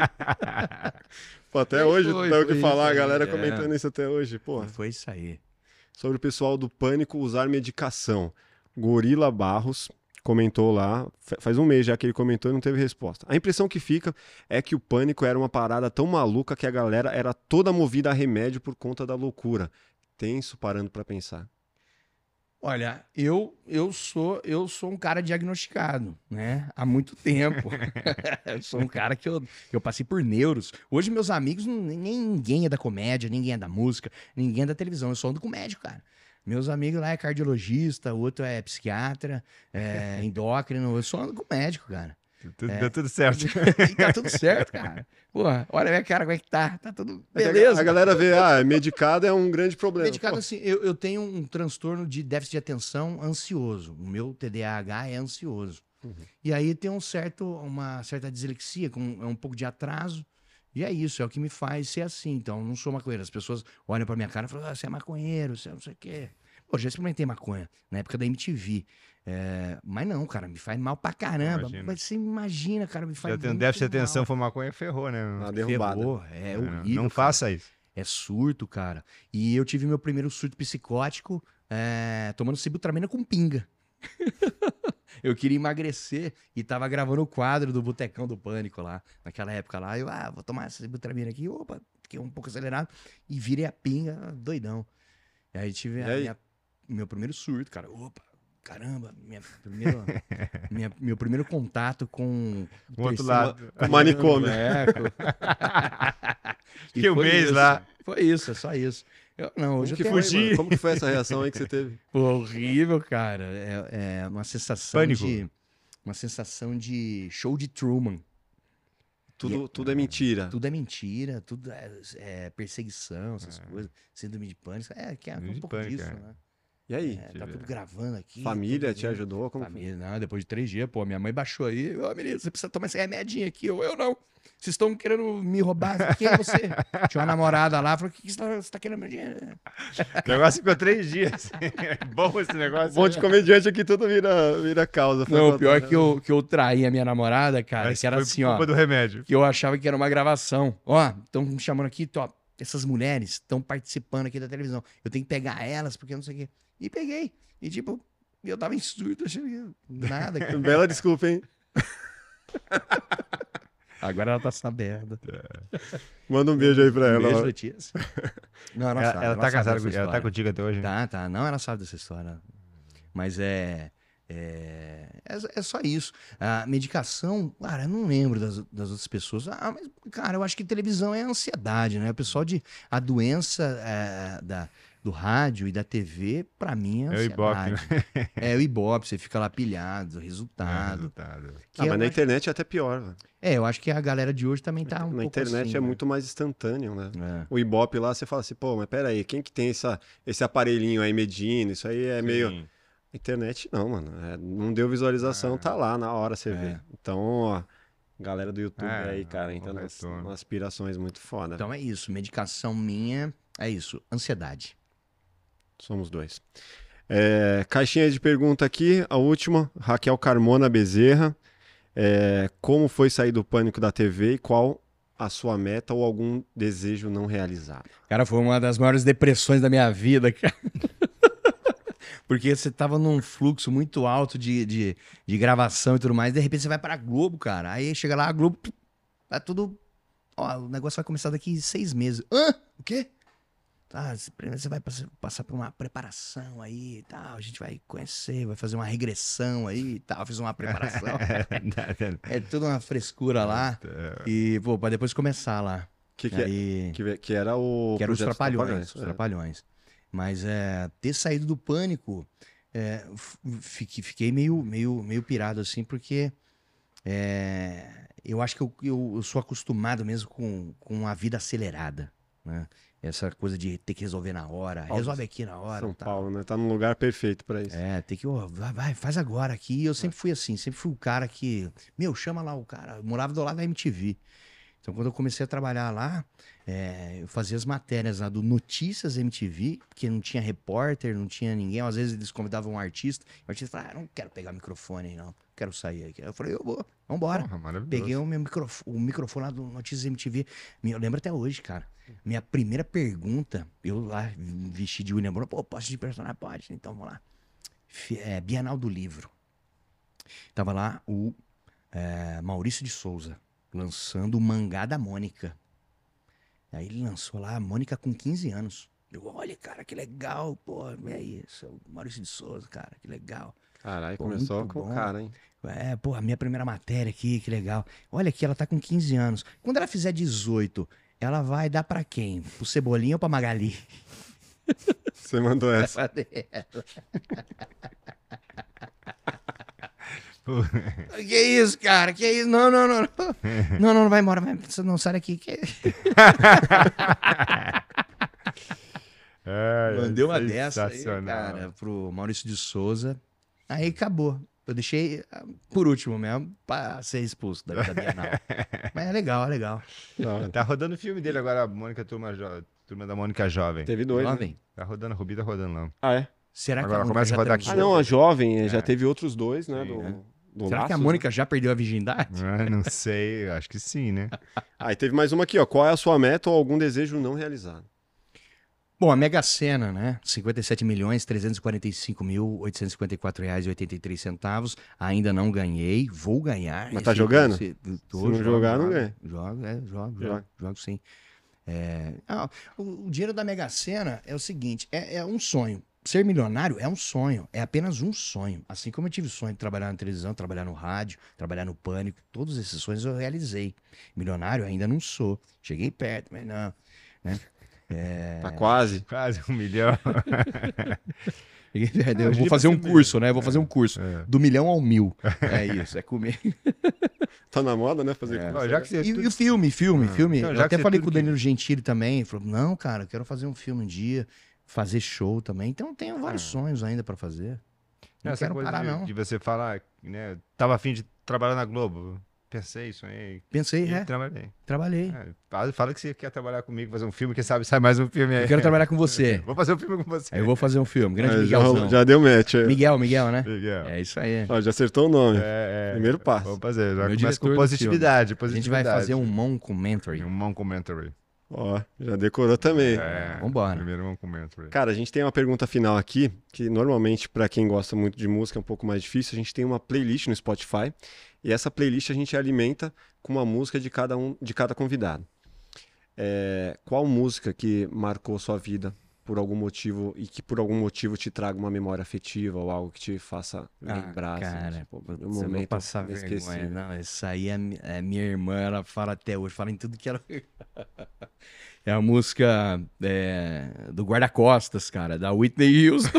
Pô, até Foi, hoje foi, tem o foi que falar, isso a aí, galera é. comentando isso até hoje. Pô, Foi isso aí. sobre o pessoal do Pânico usar medicação. Gorila Barros comentou lá, fa- faz um mês já que ele comentou e não teve resposta. A impressão que fica é que o Pânico era uma parada tão maluca que a galera era toda movida a remédio por conta da loucura. Tenso parando pra pensar. Olha, eu, eu sou eu sou um cara diagnosticado, né? Há muito tempo. Eu sou um cara que eu, que eu passei por neuros. Hoje meus amigos, não- nem ninguém é da comédia, ninguém é da música, ninguém é da televisão. Eu só ando com médico, cara. Meus amigos lá é cardiologista, o outro é psiquiatra, é endócrino. Eu só ando com médico, cara. Tudo, É. Deu tudo certo. E tá tudo certo, cara. Pô, olha a minha cara, como é que tá? Tá tudo É que a- beleza. A galera vê, ah, medicado é um grande problema. Medicado Pô, assim, eu, eu tenho um transtorno de déficit de atenção ansioso. O meu T D A H é ansioso. E aí tem um certo, uma certa dislexia, com é um pouco de atraso. E é isso, é o que me faz ser assim. Então, eu não sou maconheiro. As pessoas olham pra minha cara e falam, ah, você é maconheiro, você é não sei o quê. Pô, já experimentei maconha, na época da M T V. É, mas não, cara, me faz mal pra caramba. Imagina. Mas você imagina, cara, me faz Já tem um muito déficit de mal. atenção, for maconha, ferrou, né? Uma derrubada. Ferrou, é É, horrível. não cara. faça isso. É surto, cara. E eu tive meu primeiro surto psicótico é, tomando sibutramina com pinga. Eu queria emagrecer e tava gravando o quadro do Botecão do Pânico lá. Naquela época lá, eu, ah, vou tomar essa sibutramina aqui. Opa, fiquei um pouco acelerado. E virei a pinga, doidão. E aí tive E a aí? minha- meu primeiro surto, cara. Opa, caramba, minha primeiro, minha- meu primeiro contato com... O outro terceiro- lado. O manicômio. É, co- E Que um foi mês isso. lá. Foi isso, é só isso. Eu, não, hoje Como que, eu foi, tenho... mano? Como que foi essa reação aí que você teve? Pô, horrível, cara. É, é uma sensação Pânico. de... Uma sensação de show de Truman. Tudo, tudo é mentira. Tudo é mentira, tudo é, é perseguição, essas coisas. Síndrome de pânico. É, que é Síndrome um de pouco pânico, disso, é. né? E aí? É, tá tudo gravando aqui. Família tudo te vendo. ajudou? Como foi? Família, não, depois de três dias, pô, minha mãe baixou aí. Ô, menino, você precisa tomar esse remedinho aqui. Eu, eu não. Vocês estão querendo me roubar. Quem é você? Tinha uma namorada lá, falou, o que, que você, tá, você tá querendo meu dinheiro? O negócio ficou três dias. Bom esse Um negócio. monte de comediante aqui, tudo vira, vira causa. Foi Não, o pra- pior é que eu, que eu traí a minha namorada, cara, Mas que era foi assim, por ó. culpa do remédio. Que eu achava que era uma gravação. Ó, estão me chamando aqui, ó, essas mulheres estão participando aqui da televisão. Eu tenho que pegar elas, porque eu não sei o quê. E peguei. E tipo, eu tava em surto, achei que nada. cara. Bela desculpa, hein? Agora ela tá sabendo. Manda um beijo aí pra ela. Beijo, ó. Letícia. Não, ela, Ela, sabe, ela tá sabe casada dessa com, ela tá história. contigo até hoje? Tá, tá. Não, ela sabe dessa história. Mas é. É, é, é só isso. A medicação, cara, eu não lembro das, das outras pessoas. Ah, mas, cara, eu acho que televisão é ansiedade, né? O pessoal de. A doença é, da, do rádio e da T V, pra mim, é É o Ibope, ansiedade. né? É o Ibope, você fica lá pilhado, resultado. Resultado. Que Ah, eu mas na acho- internet é até pior, velho. É, eu acho que a galera de hoje também tá um Na pouco internet assim, é né? muito mais instantâneo, né? É. O Ibope lá, você fala assim, pô, mas peraí, quem que tem essa, esse aparelhinho aí medindo? Isso aí é meio... Sim. Internet não, mano. É, não deu visualização, tá lá na hora você vê. Então, ó, galera do YouTube É, aí, cara, entra o nas, retorno. nas aspirações muito foda. Então é isso. Medicação minha é isso. Ansiedade. Somos dois. É, caixinha de pergunta aqui, a última, Raquel Carmona Bezerra. É, como foi sair do pânico da T V e qual a sua meta ou algum desejo não realizado? Cara, foi uma das maiores depressões da minha vida, cara. Porque você tava num fluxo muito alto de, de, de gravação e tudo mais, de repente você vai pra Globo, cara. Aí chega lá, a Globo, tá tudo. Ó, o negócio vai começar daqui seis meses. Hã? O quê? Tá, você- primeiro você vai pass- passar por uma preparação aí e tal. A gente vai conhecer, vai fazer uma regressão aí e tal. Fiz uma preparação. É tudo uma frescura lá. E, pô, pra depois começar lá. Que, que, é- aí... que, que era o. Que eram os projeto trapalhões, os é. trapalhões. Mas é, ter saído do pânico, é, f- fiquei, fiquei meio, meio, meio pirado assim, porque é, eu acho que eu, eu, eu sou acostumado mesmo com, com a vida acelerada, né? Essa coisa de ter que resolver na hora, Paulo, resolve aqui na hora. São tal. Paulo, né? Tá num lugar perfeito pra isso. É, tem que, ó, vai, vai, faz agora aqui. Eu sempre fui assim, sempre fui o cara que, meu, chama lá o cara. Eu morava do lado da M T V. Então, quando eu comecei a trabalhar lá, é, eu fazia as matérias lá do Notícias M T V, porque não tinha repórter, não tinha ninguém. Às vezes eles convidavam um artista, o artista falava, ah, não quero pegar microfone aí, não, quero sair aqui. Eu falei, eu vou, vambora. Porra, maravilhoso. Peguei o meu microfone, o microfone lá do Notícias M T V. Me- Eu lembro até hoje, cara. Minha primeira pergunta, eu lá vesti de William Bonner, pô, posso de personagem? Pode, então vamos lá. Fi- é, Bienal do Livro. Tava lá o é, Maurício de Souza, lançando o mangá da Mônica. Aí ele lançou lá a Mônica com quinze anos. Eu, olha, cara, que legal, pô, é isso, o Maurício de Souza, cara, que legal. Caralho, Pô, começou muito com o bom. cara, hein? É, pô, a minha primeira matéria aqui, que legal. Olha aqui, ela tá com quinze anos. Quando ela fizer dezoito, ela vai dar pra quem? Pro Cebolinha ou pra Magali? Você mandou essa. Que isso, cara? Que isso? Não, não, não. Não, não, não vai embora. Vai, não, sai daqui. Que... É, Mandei uma dessa aí, sensacional. cara, pro Maurício de Souza. Aí acabou. Eu deixei ah, por último mesmo, pra ser expulso da, da Bienal. Mas é legal, é legal. Não, Tá rodando o filme dele agora, a Mônica Turma, jo... Turma da Mônica Jovem. teve dois, né? Jovem. Tá rodando, a Rubi tá rodando lá. Ah, é? Será que Agora a Mônica começa a já rodar transou? Ah, não, a jovem eh, já É. teve outros dois, né? Sim, do, é. do Será que a Laços, Mônica já perdeu a virgindade? Ah, não sei, acho que sim, né? né? Ah, e teve mais uma aqui, ó. Qual é a sua meta ou algum desejo não realizado? Bom, a Mega Sena, né? cinquenta e sete milhões, trezentos e quarenta e cinco mil, oitocentos e cinquenta e quatro reais e oitenta e três centavos. Ainda não ganhei, vou ganhar. Mas tá jogando? esse- tô, Se não jogo, jogar, não jogo, ganha. Jogo, é, jogo, Joga. jogo, jogo sim. É, ah, o, o dinheiro da Mega Sena é o seguinte, é, é um sonho. Ser milionário é um sonho, é apenas um sonho. Assim como eu tive o sonho de trabalhar na televisão, trabalhar no rádio, trabalhar no Pânico, todos esses sonhos eu realizei. Milionário ainda não sou. Cheguei perto, mas não. Né? É, Tá quase. Quase um milhão. cheguei perto. Eu hoje vou em fazer dia um vai ser curso, né? Eu vou fazer um curso. É. Do milhão ao mil. É isso, é comer. Tá na moda, né? Fazer É. curso. Ó, já que você E, e o filme, filme, filme. Então, eu já que até você falei tudo com o que- Danilo Gentili também. Ele falou: não, cara, eu quero fazer um filme um dia, fazer show também. Então tenho vários sonhos ainda pra fazer. Não Essa quero coisa parar, de, não. de você falar, né? Tava afim de trabalhar na Globo. Pensei, sonhei. Pensei, E é, trabalhei. trabalhei. É, fala, fala que você quer trabalhar comigo, fazer um filme, quem sabe sai mais um filme aí. Eu quero trabalhar com você. Vou fazer um filme com você. Aí eu vou fazer um filme. Grande É, já, Miguelzão. rolou- já deu match. É. Miguel, Miguel, né? Miguel. É isso aí. Ó, já acertou o nome. É, é. Primeiro passo. Vamos fazer. Já Meu começa com diretor do positividade, A positividade. gente vai fazer um mockumentary. Um mockumentary. Ó, já decorou também. É, Vambora. Primeiro mockumentary. Cara, a gente tem uma pergunta final aqui, que normalmente, pra quem gosta muito de música, é um pouco mais difícil. A gente tem uma playlist no Spotify, e essa playlist a gente alimenta com uma música de cada um, de cada convidado. É, qual música que marcou sua vida por algum motivo e que por algum motivo te traga uma memória afetiva ou algo que te faça lembrar? Ah, cara, assim, pô, um Você não momento passar vergonha. inesquecível. Não, isso aí é, mi- é minha irmã, ela fala até hoje, fala em tudo que ela. É a música é, do Guarda-Costas, cara, da Whitney Houston.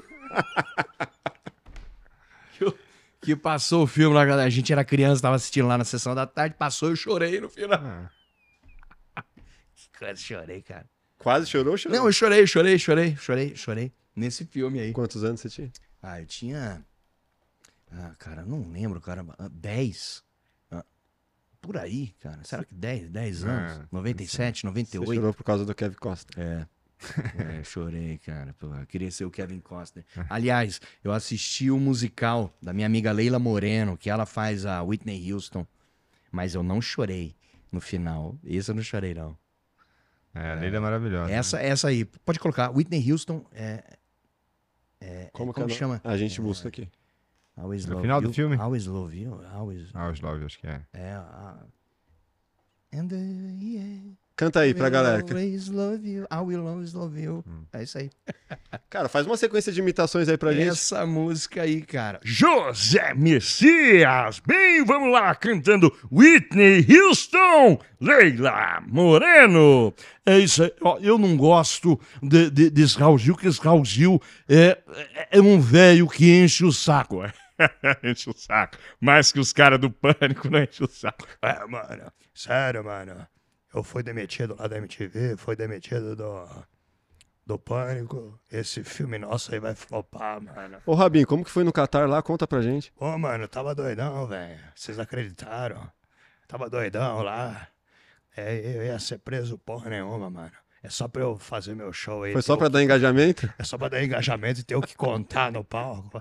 que, o- que passou o filme lá, a gente era criança, tava assistindo lá na sessão da tarde, passou, eu chorei no final. Ah, Quase chorei, cara. Quase chorou, chorou? Não, eu chorei, chorei, chorei, chorei, chorei. Nesse filme aí. Quantos anos você tinha? Ah, eu tinha. Ah, cara, não lembro, cara. Ah, dez. Ah, por aí, cara. Será que dez? dez anos? Ah, noventa e sete, noventa e Você oito? chorou por causa do Kevin Costa. É. É, chorei, cara. Pô, eu queria ser o Kevin Costner. Aliás, eu assisti o musical da minha amiga Leila Moreno, que ela faz a Whitney Houston. Mas eu não chorei no final. Esse eu não chorei, não. é, a Leila é maravilhosa. Essa, essa aí, pode colocar. Whitney Houston é. é Como, como que é o chama? nome? A gente busca aqui. Always No love final do you. filme? Always love you. Always. Ah, os Love, acho que é. É. a- And uh, yeah, Canta aí pra will galera. always love you. I will always love you. É isso aí. Cara, faz uma sequência de imitações aí pra gente. Essa música aí, cara. José Messias, bem, vamos lá, cantando Whitney Houston, Leila Moreno. É isso aí, ó, eu não gosto de, de, desse Raul Gil, porque esse Raul Gil é, é, é um velho que enche o saco. Enche o saco, mais que os caras do Pânico não enche o saco. É, mano, sério, mano. Eu fui demitido lá da M T V, fui demitido do, do Pânico. Esse filme nosso aí vai flopar, mano. Ô, Rabinho, como que foi no Catar lá? Conta pra gente. Ô, mano, tava doidão, velho. Vocês acreditaram? Tava doidão lá. É, eu ia ser preso porra nenhuma, mano. É só pra eu fazer meu show aí. Foi ter só o pra que- dar engajamento? É só pra dar engajamento e ter o que contar no palco.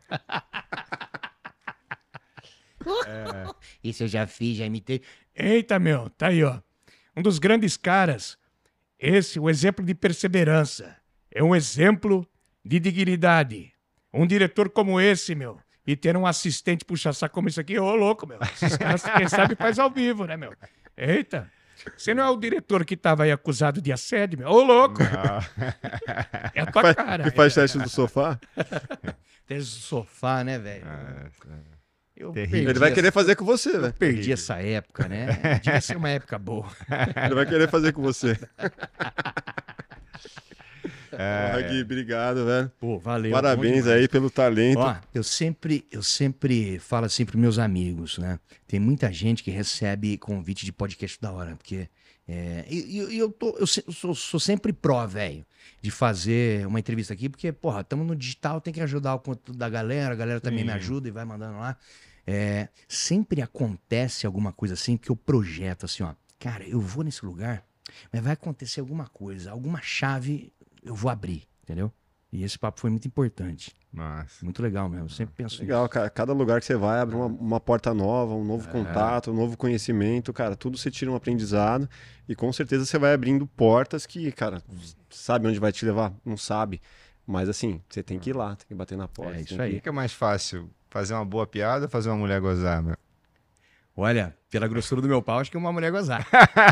Isso eu já fiz, já imitei. Eita, meu, tá aí, ó. Um dos grandes caras. Esse, o exemplo de perseverança. É um exemplo de dignidade. Um diretor como esse, meu. E ter um assistente puxa-saco como esse aqui, ô louco, meu. Esses caras, quem sabe, faz ao vivo, né, meu? Eita. Você não é o diretor que tava aí acusado de assédio, meu? Ô louco. É a tua Faz- cara. que faz teste do sofá? Tem esse sofá, né, velho? É, Eu terrível. Ele vai essa- querer fazer com você, velho. Perdi essa época, né? Devia ser uma época boa. Ele vai querer fazer com você. É, Porra, Gui, obrigado, velho. Pô, valeu. Parabéns bom demais. aí pelo talento. Ó, eu sempre, eu sempre falo assim pros meus amigos, né? Tem muita gente que recebe convite de podcast da hora, porque É, e e eu, tô, eu, se- eu sou, sou sempre pró, velho, de fazer uma entrevista aqui, porque, porra, estamos no digital, tem que ajudar o conteúdo da galera, a galera também me ajuda e vai mandando lá. É, sempre acontece alguma coisa assim, que eu projeto assim, ó, cara, eu vou nesse lugar, mas vai acontecer alguma coisa, alguma chave eu vou abrir, entendeu? E esse papo foi muito importante, Nossa. muito legal mesmo, eu sempre penso Legal, cara. Cada lugar que você vai abre uma, uma porta nova, um É. novo contato, um novo conhecimento, cara. Tudo você tira um aprendizado e com certeza você vai abrindo portas que, cara, sabe onde vai te levar? Não sabe. Mas assim, você tem que ir lá, tem que bater na porta. É você isso tem aí. O que que é mais fácil? Fazer uma boa piada ou fazer uma mulher gozar, meu? Olha, pela grossura do meu pau, acho que uma mulher gozar.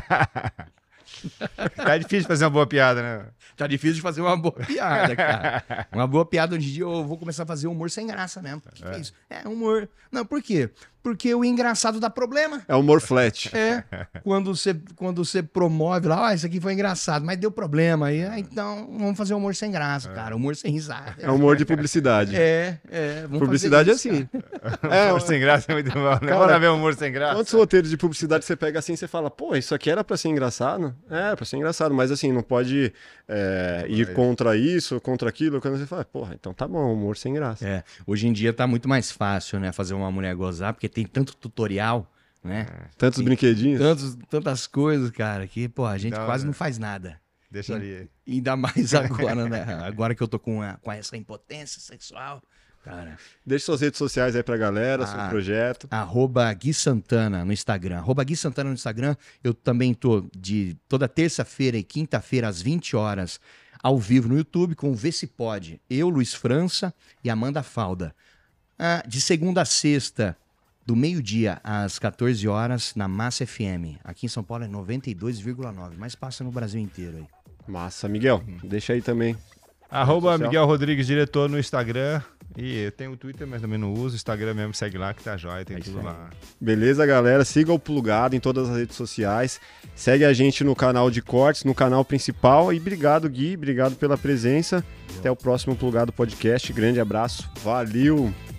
Tá difícil fazer uma boa piada, né? Tá difícil de fazer uma boa piada, cara. Uma boa piada hoje em dia eu vou começar a fazer humor sem graça mesmo. O que, que é isso? É humor. Não, por quê? Porque o engraçado dá problema. É humor flat. É. Quando você, quando você promove lá, ah, isso aqui foi engraçado, mas deu problema. Aí, ah, então vamos fazer humor sem graça, cara. Humor sem risada. É humor de publicidade. É, é. Vamos Publicidade é fazer isso, assim. cara. É, Humor sem graça é muito bom. Né? Cara, Bora ver humor sem graça. quantos roteiros de publicidade você pega assim e você fala, pô, isso aqui era pra ser engraçado? É, era pra ser engraçado, mas assim, não pode é, ir contra isso, contra aquilo. Quando você fala, porra, então tá bom, humor sem graça. É, hoje em dia tá muito mais fácil, né, fazer uma mulher gozar, porque tem tanto tutorial, né? Tantos Sim. brinquedinhos. Tantos, tantas coisas, cara, que, pô, a gente Não, quase né? não faz nada. Deixa ali. Ainda mais agora, né? Agora que eu tô com, a- com essa impotência sexual, cara. Deixe suas redes sociais aí pra galera, seu Ah. projeto. Arroba Gui Santana no Instagram. Arroba Gui Santana no Instagram. Eu também tô de toda terça-feira e quinta-feira às vinte horas ao vivo no YouTube com o Vê Se Pode. Eu, Luiz França e Amanda Falda. Ah, de segunda a sexta, do meio-dia às quatorze horas, na Massa F M. Aqui em São Paulo é noventa e dois vírgula nove, mas passa no Brasil inteiro aí. Massa, Miguel, deixa aí também. Arroba social. Miguel Rodrigues, diretor no Instagram. E eu tenho o Twitter, mas também não uso. O Instagram mesmo, segue lá que tá jóia, tem É isso tudo aí. lá. Beleza, galera? Siga o Plugado em todas as redes sociais. Segue a gente no canal de cortes, no canal principal. E obrigado, Gui. Obrigado pela presença. Até o próximo Plugado Podcast. Grande abraço. Valeu!